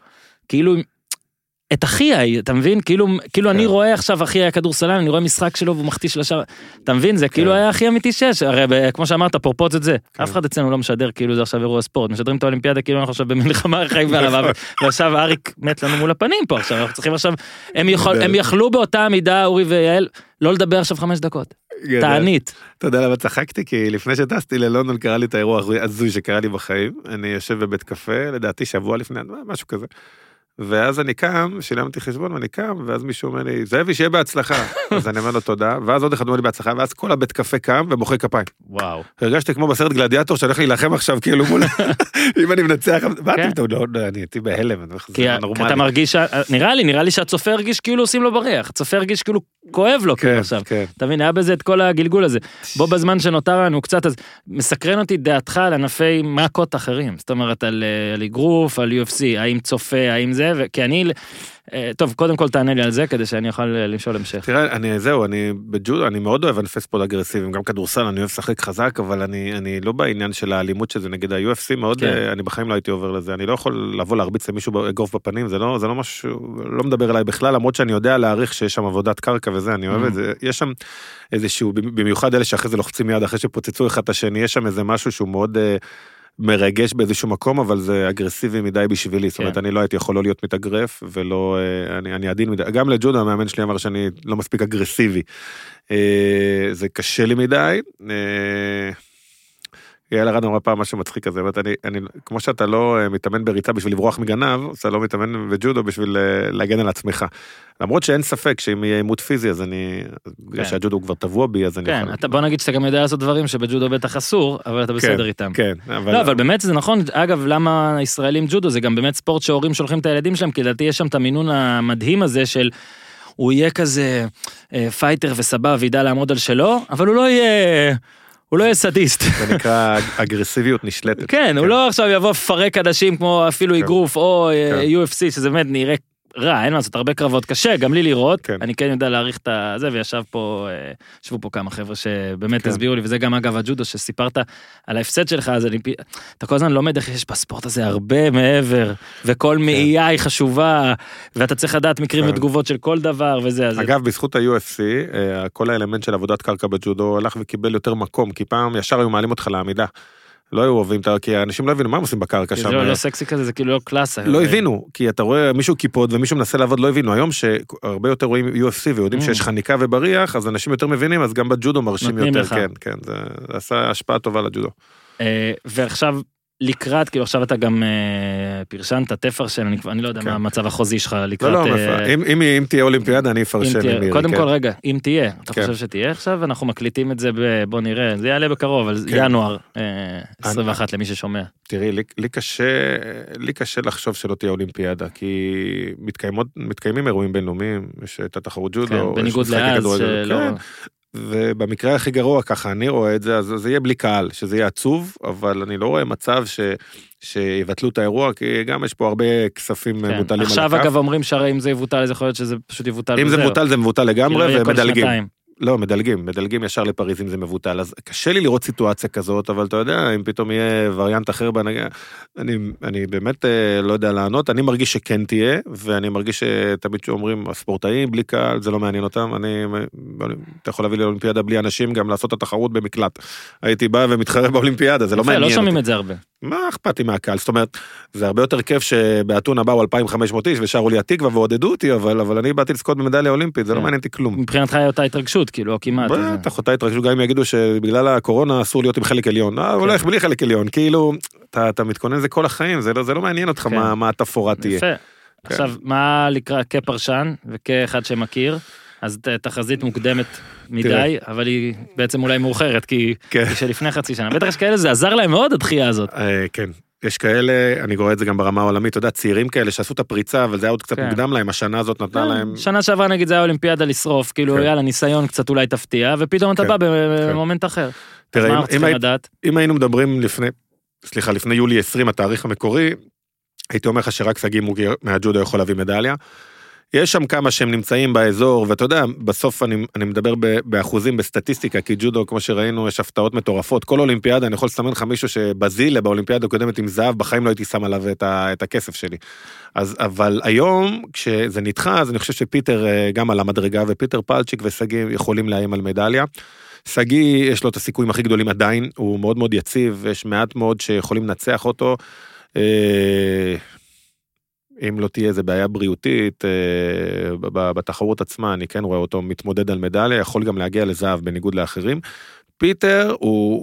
את אחי, אתה מבין? כאילו אני רואה עכשיו אחי היה כדורסלן, אני רואה משחק שלו והוא מחטיש לשם, אתה מבין? זה כאילו היה הכי אמיתי שיש, הרי כמו שאמרת, פרופוץ את זה, אף אחד אצלנו לא משדר כאילו זה עכשיו אירוע ספורט, משדרים את האולימפיאדה כאילו אנחנו עכשיו במלחמה חיים ועליו, ועכשיו אריק מת לנו מול הפנים פה עכשיו, אנחנו צריכים עכשיו, הם יכלו באותה מידה, אורי ויעל, לא לדבר עכשיו 5 דקות, תענית. אתה יודע למה צחקתי? כי לפני שטסתי ללונדון קרה לי את האירוע הזוי שקרה לי בחיים, אני יושב בבית קפה, לדעתי שבוע לפני, משהו כזה. ואז אני קם, שילמתי חשבון ואני קם, ואז מישהו אומר לי, זאבי, שיהיה בהצלחה. אז אני אומר לו תודה, ואז עוד אחד אומר לי בהצלחה, ואז כל הבית קפה קם ומוחא כפיים. וואו. הרגשתי כמו בסרט גלדיאטור, שהולך להילחם עכשיו, כאילו מול, אם אני מנצח, באתי איתו, לא, אני הייתי בהלם, כי אתה מרגיש, נראה לי שהצופה הרגיש כאילו עושים לו בריח, הצופה הרגיש כאילו כואב לו כאילו עכשיו. אתה מבין, היה בזה את כל הגלגול הזה. בו בזמן שנותר לנו קצת, אז מסקרן אותי דעתך על ענפי מכות אחרים, זאת אומרת, על אגרוף, על UFC, האם צופה, האם זה, כי אני, טוב, קודם כל תענה לי על זה, כדי שאני אוכל לשאול המשך. תראה, אני בג'ודו, אני מאוד אוהב ענפי ספורט אגרסיביים, גם כדורסל, אני אוהב לשחק חזק, אבל אני לא בעניין של האלימות שזה, נגיד ה-UFC מאוד, אני בחיים לא הייתי עובר לזה, אני לא יכול לבוא להרביץ למישהו אגרוף בפנים, זה לא משהו, לא מדבר אליי בכלל, למרות שאני יודע להעריך שיש שם עבודת קרקע וזה, אני אוהב את זה, יש שם איזשהו, במיוחד אלה שאחרי זה לוחצים יד, אחרי שפוצצו אחד את השני, יש שם איזה משהו שהוא מאוד מרגש באיזשהו מקום, אבל זה אגרסיבי מדי בשבילי, זאת אומרת, אני לא הייתי יכול לא להיות מתאגרף, ולא, אני עדין מדי, גם לג'ודו, המאמן שלי אמר שאני לא מספיק אגרסיבי, זה קשה לי מדי, יעל ארד אמרה פעם משהו מצחיק כזה, כמו שאתה לא מתאמן בריצה בשביל לברוח מגנב, אתה לא מתאמן בג'ודו בשביל להגן על עצמך. למרות שאין ספק שאם יהיה עימות פיזי, אז בגלל שהג'ודו כבר טבוע בי, אז אני יכול... כן, בוא נגיד שאתה גם יודע לעשות דברים שבג'ודו בטח אסור, אבל אתה בסדר איתם. כן, לא, אבל באמת זה נכון, אגב, למה ישראלים ג'ודו, זה גם באמת ספורט שההורים שולחים את הילדים שלהם, כי לדעתי יש שם את המינון המדהים הזה של הוא יהיה כזה פייטר וסבבה וידע לעמוד על שלו, אבל הוא לא יהיה סדיסט. זה נקרא אגרסיביות נשלטת. כן, הוא לא עכשיו יבוא פרק אנשים כמו אפילו אגרוף או UFC, שזה באמת נראה רע, אין מה לעשות, הרבה קרבות קשה, גם לי לראות, כן. אני כן יודע להעריך את זה, ישבו פה כמה חבר'ה שבאמת כן. הסבירו לי, וזה גם אגב הג'ודו, שסיפרת על ההפסד שלך, אז אתה כל הזמן לומד איך יש בספורט הזה הרבה מעבר, וכל מאייה היא חשובה, ואתה צריך לדעת מקרים ותגובות של כל דבר, וזה. אגב, בזכות ה-UFC, כל האלמנט של עבודת קרקע בג'ודו הלך וקיבל יותר מקום, כי פעם ישר היו מעלים אותך לעמידה. לא היו אוהבים, כי האנשים לא הבינו מה הם עושים בקרקע שם. זה לא סקסי כזה, זה כאילו לא קלאסה. לא הבינו, כי אתה רואה מישהו קיפוד ומישהו מנסה לעבוד, לא הבינו. היום שהרבה יותר רואים UFC ויודעים שיש חניקה ובריח, אז אנשים יותר מבינים, אז גם בג'ודו מרשים יותר. כן, כן, זה עשה השפעה טובה לג'ודו. ועכשיו לקראת, כאילו עכשיו אתה גם פרשנת, תפרשן, אני לא יודע מה המצב החוזי שלך לקראת... לא, אם תהיה אולימפיאדה, אני אפרשן. קודם כל, רגע, אם תהיה, אתה חושב שתהיה עכשיו, אנחנו מקליטים את זה, בוא נראה, זה יעלה בקרוב, אבל ינואר 21 למי ששומע. תראי, לי קשה לחשוב שלא תהיה אולימפיאדה, כי מתקיימים אירועים בינלאומיים, יש את התחרות ג'ודו, בניגוד לאז, ובמקרה הכי גרוע, ככה אני רואה את זה, אז זה יהיה בלי קהל, שזה יהיה עצוב, אבל אני לא רואה מצב שיבטלו את האירוע, כי גם יש פה הרבה כספים מוטלים על הכף. עכשיו אגב אומרים שהרי אם זה יבוטל, אז יכול להיות שזה פשוט יבוטל. אם זה מבוטל, זה מבוטל לגמרי, ומדלגים. לא, מדלגים ישר לפריז אם זה מבוטל, אז קשה לי לראות סיטואציה כזאת, אבל אתה יודע, אם פתאום יהיה וריאנט אחר, אני באמת לא יודע לענות, אני מרגיש שכן תהיה, ואני מרגיש שתמיד שאומרים, הספורטאים בלי קהל, זה לא מעניין אותם, אתה יכול להביא לאולימפיאדה בלי אנשים, גם לעשות את התחרות במקלט. הייתי בא ומתחרב באולימפיאדה, זה לא מעניין. לא שומעים את זה הרבה. מה אכפת לי מהקהל? זאת אומרת, זה הרבה יותר כיף שבאתונה באו 2,500 איש ושרו לי התקווה ועודדו אותי, אבל אני באתי לזכות במדליה אולימפית, זה לא מעניין אותי כלום. מבחינתך הייתה התרגשות, כאילו, כמעט. בטח, אותה התרגשות, גם אם יגידו שבגלל הקורונה אסור להיות עם חלק עליון, הולך בלי חלק עליון, כאילו, אתה מתכונן זה כל החיים, זה לא מעניין אותך מה התפאורה תהיה. יפה. עכשיו, מה לקרוא כפרשן וכאחד שמכיר, אז תחזית מוקדמת מדי, אבל היא בעצם אולי מאוחרת, כי שלפני חצי שנה, בטח יש כאלה, זה עזר להם מאוד הדחייה הזאת. כן. יש כאלה, אני רואה את זה גם ברמה העולמית, אתה יודע, צעירים כאלה שעשו את הפריצה, אבל זה היה עוד קצת מוקדם להם, השנה הזאת נתנה להם... שנה שעברה נגיד זה היה אולימפיאדה לשרוף, כאילו יאללה, ניסיון קצת אולי תפתיע, ופתאום אתה בא במומנט אחר. תראה, אם היינו מדברים לפני יולי 20, התאריך המקורי, הייתי אומר לך שרק סגי מוגי מהג'ודו יכול להביא מדליה, יש שם כמה שהם נמצאים באזור, ואתה יודע, בסוף אני מדבר באחוזים, בסטטיסטיקה, כי ג'ודו, כמו שראינו, יש הפתעות מטורפות. כל אולימפיאדה, אני יכול לסמן לך מישהו שבזילה, באולימפיאדה הקודמת עם זהב, בחיים לא הייתי שם עליו את הכסף שלי. אבל היום, כשזה נדחה, אז אני חושב שפיטר גם על המדרגה, ופיטר פלצ'יק וסגי יכולים לאיים על מדליה. סגי, יש לו את הסיכויים הכי גדולים עדיין, הוא מאוד מאוד יציב, ויש מעט מאוד שיכולים לנצח אותו. אם לא תהיה איזה בעיה בריאותית בתחרות עצמה, אני כן רואה אותו מתמודד על מדליה, יכול גם להגיע לזהב בניגוד לאחרים. פיטר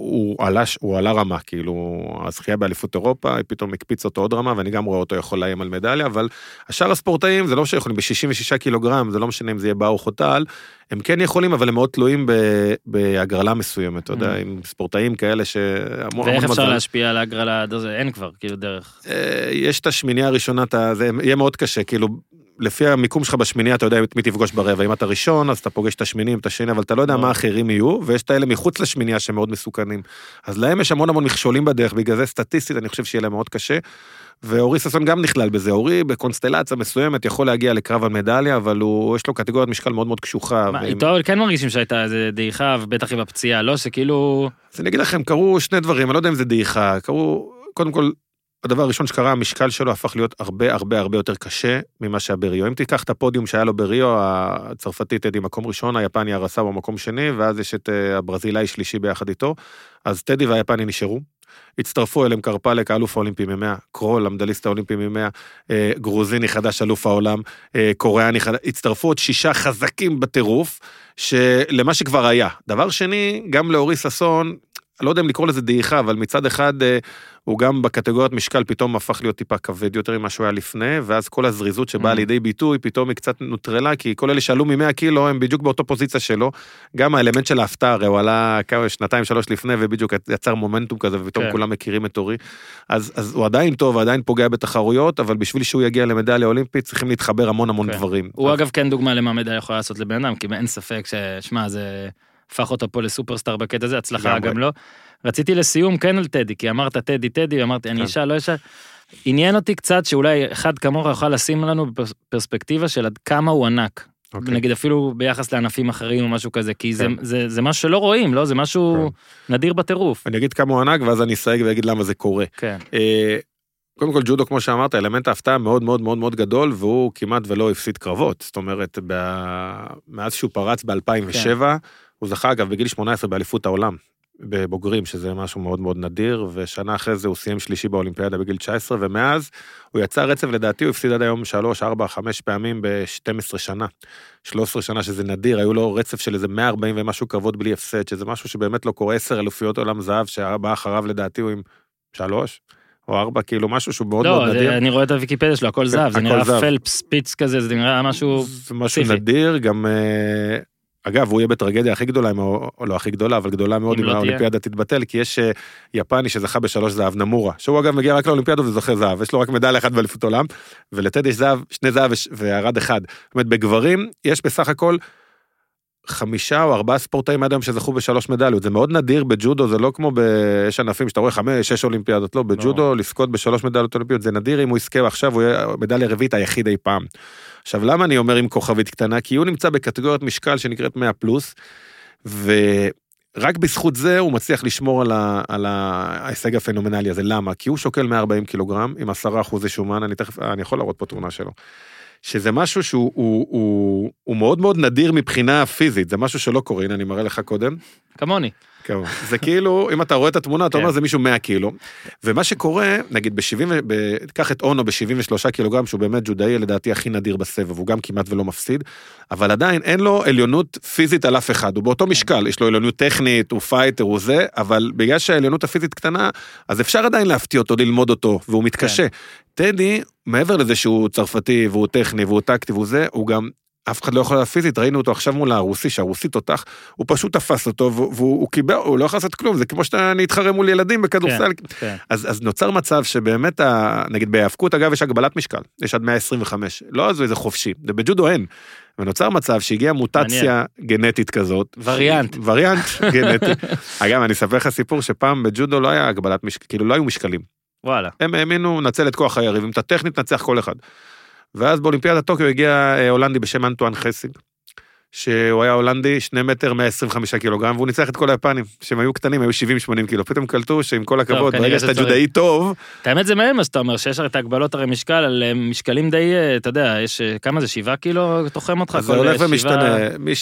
הוא עלה רמה, כאילו הזכייה באליפות אירופה, פתאום הקפיץ אותו עוד רמה, ואני גם רואה אותו יכול לאיים על מדליה, אבל השאר הספורטאים, זה לא שיכולים ב-66 קילוגרם, זה לא משנה אם זה יהיה באו חוטל, הם כן יכולים, אבל הם מאוד תלויים בהגרלה מסוימת, אתה יודע, עם ספורטאים כאלה ואיך אפשר להשפיע על ההגרלה? אין כבר, כאילו דרך. יש את השמינייה הראשונה, זה יהיה מאוד קשה, כאילו, לפי המיקום שלך בשמינייה, אתה יודע מי תפגוש ברבע, אם אתה ראשון, אז אתה פוגש את השמינים, את השני, אבל אתה לא יודע מה האחרים יהיו, ויש את האלה מחוץ לשמינייה שמאוד מסוכנים. אז להם יש המון מכשולים בדרך, בגלל זה סטטיסטית, אני חושב שיהיה להם מאוד קשה, ואורי ססון גם נכלל בזה, אורי בקונסטלציה מסוימת יכול להגיע לקרב על מדליה, אבל יש לו קטגוריית משקל מאוד מאוד קשוחה. איתו כן מרגישים שהייתה איזה דעיכה, ובטח עם הפציעה, לא? שכאילו... אז אני אגיד לכם, קרו שני דברים, אני לא יודע אם זה דעיכה, קרו, קודם כל, הדבר הראשון שקרה, המשקל שלו הפך להיות הרבה יותר קשה ממה שהיה בריו. אם תיקח את הפודיום שהיה לו בריו, הצרפתי טדי מקום ראשון, היפני הרסה במקום שני, ואז יש את הברזילאי שלישי ביחד איתו, אז טדי והיפני נשארו. הצטרפו אליהם קרפלק, האלוף האולימפי ממאה, קרול, המדליסט האולימפי ממאה, גרוזיני חדש, אלוף העולם, קוריאני חדש, הצטרפו עוד 6 חזקים בטירוף, שלמה שכבר היה. דבר שני, גם לאורי ססון, לא יודע אם לקרוא לזה דעיכה, אבל מצד אחד הוא גם בקטגוריית משקל פתאום הפך להיות טיפה כבד יותר ממה שהוא היה לפני, ואז כל הזריזות שבאה לידי ביטוי פתאום היא קצת נוטרלה, כי כל אלה שעלו מ-100 קילו הם בדיוק באותו פוזיציה שלו, גם האלמנט של ההפתעה, הוא עלה כמה 2-3 לפני ובדיוק יצר מומנטום כזה, ופתאום כולם מכירים את אורי, אז הוא עדיין טוב, עדיין פוגע בתחרויות, אבל בשביל שהוא יגיע למדליה אולימפית צריכים להתחבר המון דברים. הוא אגב כן דוגמה למה מדליה יכולה לעשות לבן אדם, כי אין ספק ששמע, זה הפך אותו פה לסופרסטאר בקטע הזה, הצלחה גם לא. רציתי לסיום כן על טדי, כי אמרת טדי, אמרתי אני אשאל, לא אשאל. עניין אותי קצת שאולי אחד כמוך יוכל לשים לנו בפרספקטיבה של עד כמה הוא ענק. נגיד אפילו ביחס לענפים אחרים או משהו כזה, כי זה משהו שלא רואים, לא? זה משהו נדיר בטירוף. אני אגיד כמה הוא ענק, ואז אני אסייג ואגיד למה זה קורה. כן. קודם כל ג'ודו, כמו שאמרת, אלמנט ההפתעה מאוד מאוד מאוד מאוד גדול, והוא כמעט ולא הפסיד קרבות. זאת אומרת, מאז שהוא פרץ ב-2007, הוא זכה אגב בגיל 18 באליפות העולם, בבוגרים, שזה משהו מאוד מאוד נדיר, ושנה אחרי זה הוא סיים שלישי באולימפיאדה בגיל 19, ומאז הוא יצא רצף, לדעתי הוא הפסיד עד היום 3, 4, 5 פעמים ב-12 שנה. 13 שנה שזה נדיר, היו לו רצף של איזה 140 ומשהו קרבות בלי הפסד, שזה משהו שבאמת לא קורה 10 אלופיות עולם זהב, שהבא אחריו לדעתי הוא עם 3 או 4, כאילו משהו שהוא מאוד מאוד נדיר. לא, אני רואה את הוויקיפדיה שלו, הכל זהב, זה נראה פלפס, ספיץ כזה, זה נראה משהו נדיר, גם אגב, הוא יהיה בטרגדיה הכי גדולה, או לא הכי גדולה, אבל גדולה מאוד אם האולימפיאדה תתבטל, כי יש יפני שזכה ב3 זהב, נמורה, שהוא אגב מגיע רק לאולימפיאדה וזוכה זהב, יש לו רק מדליה אחת באליפות עולם, ולטד יש זהב, 2 זהב והרד 1. זאת אומרת, בגברים יש בסך הכל 5 או 4 ספורטאים עד היום שזכו ב3 מדליות, זה מאוד נדיר בג'ודו, זה לא כמו יש ענפים שאתה רואה 5, 6 אולימפיאדות, לא, בג'ודו לזכות ב3 מדליות אולימפיות, זה נדיר אם הוא יזכה, עכשיו הוא יהיה מדליה רביעית היחיד אי פעם. עכשיו, למה אני אומר עם כוכבית קטנה? כי הוא נמצא בקטגוריית משקל שנקראת 100 פלוס, ורק בזכות זה הוא מצליח לשמור על ההישג הפנומנלי הזה. למה? כי הוא שוקל 140 קילוגרם, עם 10% שומן, אני יכול להראות פה תמונה שלו. שזה משהו שהוא מאוד מאוד נדיר מבחינה פיזית, זה משהו שלא קורה, הנה אני מראה לך קודם. כמוני. זה כאילו, אם אתה רואה את התמונה, אתה אומר, זה מישהו 100 קילו, ומה שקורה, נגיד קח את אונו ב-73 קילוגרם, שהוא באמת ג'ודאי, לדעתי הכי נדיר בסבב, הוא גם כמעט ולא מפסיד, אבל עדיין אין לו עליונות פיזית על אף אחד, הוא באותו משקל, יש לו עליונות טכנית, הוא פייטר, הוא זה, אבל בגלל שהעליונות הפיזית קטנה, אז אפשר עדיין להפתיע אותו, ללמוד אותו, והוא מתקשה. טדי, מעבר לזה שהוא צרפתי, והוא טכני, והוא טקטי, והוא זה, הוא גם אף אחד לא יכול להפיזית, ראינו אותו עכשיו מול הרוסי, שהרוסי תותח, הוא פשוט תפס אותו, והוא קיבל, הוא לא יכול לעשות כלום, זה כמו שאתה נתחרה מול ילדים בכדורסל. אז נוצר מצב שבאמת, נגיד בהאבקות, אגב, יש הגבלת משקל, יש עד 125, לא אז זה חופשי, בג'ודו אין, ונוצר מצב שהגיעה מוטציה גנטית כזאת. וריאנט גנטי. אגב, אני אספר לך סיפור שפעם בג'ודו לא היה הגבלת משקל, כאילו לא היו משקלים. וואלה. הם האמינו, נצל את כוח היריב, אם אתה טכנית, נצח כל אחד. ואז באולימפיאדת טוקיו הגיע הולנדי בשם אנטואן חסיג, שהוא היה הולנדי 2 מטר 125 קילוגרם, והוא ניצח את כל היפנים, שהם היו קטנים, היו 70-80 קילו, פתאום קלטו שעם כל הכבוד, ברגע שאתה ג'ודאי טוב. האמת זה מהר מה שאתה אומר, שיש את ההגבלות הרי משקל, על משקלים די, אתה יודע, יש כמה זה, 7 קילו תוחם אותך? זה הולך ומשתנה,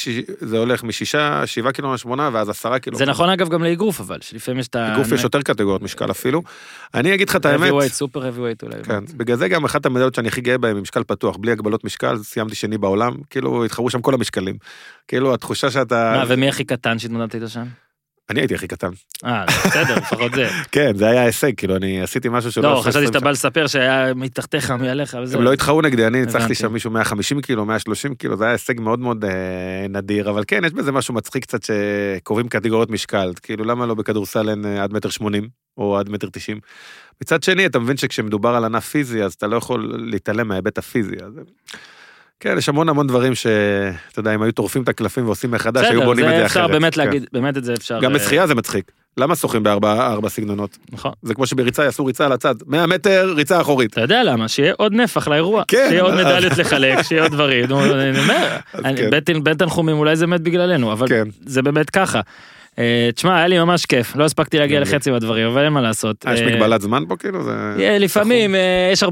זה הולך מ6, 7 קילו מ8, ואז 10 קילו. זה נכון אגב גם לאגרוף, אבל שלפעמים יש את ה... אגרוף יש יותר קטגוריות משקל אפילו. אני אגיד לך את האמת. heavyweight, סופר heavyweight אולי. כן, בגלל זה גם אחת המדליות שאני הכי גאה בהם עם משקל פתוח, בלי הגבלות משקל, סיימתי שני בעולם, כאילו התחרו שם כל המשקלים. כאילו התחושה שאתה... מה, ומי הכי קטן שהתמודדת איתו שם? אני הייתי הכי קטן. בסדר, לפחות זה. כן, זה היה הישג, כאילו אני עשיתי משהו שלא... לא, חשבתי שאתה בא לספר שהיה מתחתיך, מעליך וזה. הם לא התחרו נגדי, אני ניצחתי שם מישהו 150 קילו, 130 קילו, זה היה הישג מאוד מאוד נדיר, אבל כן, יש בזה משהו מצחיק קצת שקובעים קטגוריות משקל, כאילו למה לא בכדורסל אין עד 1.80 מטר או עד 1.90 מטר. מצד שני, אתה מבין שכשמדובר על ענף פיזי, אז אתה לא יכול להתעלם מההיבט הפיזי, אז... כן, יש המון דברים שאתה יודע, אם היו טורפים את הקלפים ועושים מחדש, היו בונים את זה אחרת. אפשר באמת להגיד, באמת את זה אפשר... גם בשחייה זה מצחיק. למה שוחים ב4 סגנונות? נכון. זה כמו שבריצה יעשו ריצה על הצד. 100 מטר, ריצה אחורית. אתה יודע למה? שיהיה עוד נפח לאירוע. שיהיה עוד מדליות לחלק, שיהיה עוד דברים. אני אומר, בית תנחומים אולי זה מת בגללנו, אבל זה באמת ככה. תשמע, היה לי ממש כיף, לא הספקתי להגיע לחצי מהדברים, אבל אין מה לעשות. יש מגבלת זמן פה כאילו? לפעמים, יש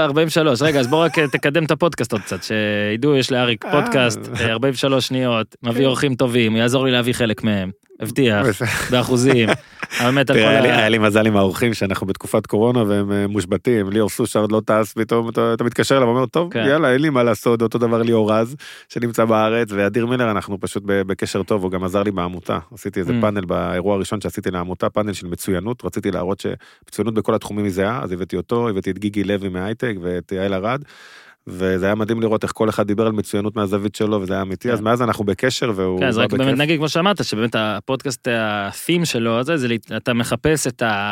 43, רגע, אז בוא רק תקדם את הפודקאסט עוד קצת, שידעו, יש לאריק פודקאסט, 43 שניות, מביא אורחים טובים, יעזור לי להביא חלק מהם, הבטיח, באחוזים. היה לי מזל עם האורחים שאנחנו בתקופת קורונה והם מושבתים, ליאור סושר עוד לא טס, פתאום אתה מתקשר אליו ואומר, טוב, יאללה, אין לי מה לעשות, אותו דבר ליאור רז, שנמצא בארץ, ואדיר מילר, אנחנו פשוט בקשר טוב, הוא גם עזר לי בעמותה, עשיתי איזה פאנל באירוע הראשון שעשיתי לעמותה, פאנל של מצוינות, רציתי להראות שמצוינות בכל התחומים היא זהה, אז הבאתי אותו, הבאתי את גיגי לוי מהייטק ואת יעל ארד, וזה היה מדהים לראות איך כל אחד דיבר על מצוינות מהזווית שלו, וזה היה אמיתי, אז מאז אנחנו בקשר, והוא... כן, אז רק באמת נגיד, כמו שאמרת, שבאמת הפודקאסט, התים שלו, אתה מחפש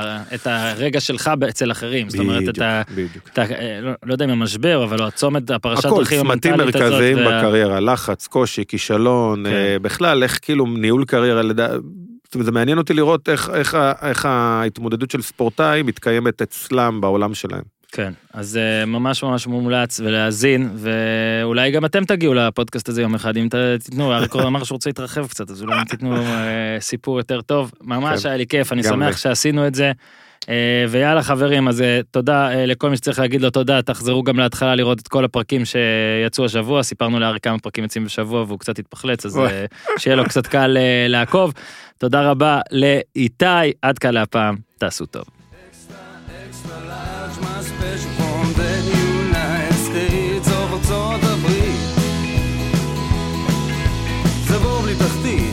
את הרגע שלך אצל אחרים, זאת אומרת, לא יודע אם המשבר, אבל הצומת, הפרשת דרכים המנטלית הזאת. צמתים מרכזיים בקריירה, לחץ, קושי, כישלון, בכלל, איך כאילו ניהול קריירה, זה מעניין אותי לראות איך ההתמודדות של ספורטאי מתקיימת אצלם בעולם שלהם. כן, אז ממש ממש מומלץ ולהאזין, ואולי גם אתם תגיעו לפודקאסט הזה יום אחד, אם תיתנו, אריק אמר שהוא רוצה להתרחב קצת, אז אולי תיתנו סיפור יותר טוב, ממש היה לי כיף, אני שמח שעשינו את זה, ויאללה חברים, אז תודה לכל מי שצריך להגיד לו תודה, תחזרו גם להתחלה לראות את כל הפרקים שיצאו השבוע, סיפרנו לאריק כמה פרקים יוצאים בשבוע, והוא קצת התפחלץ, אז שיהיה לו קצת קל לעקוב, תודה רבה לאיתי, עד כאן להפעם, תעשו טוב. זה בור בלי תחתית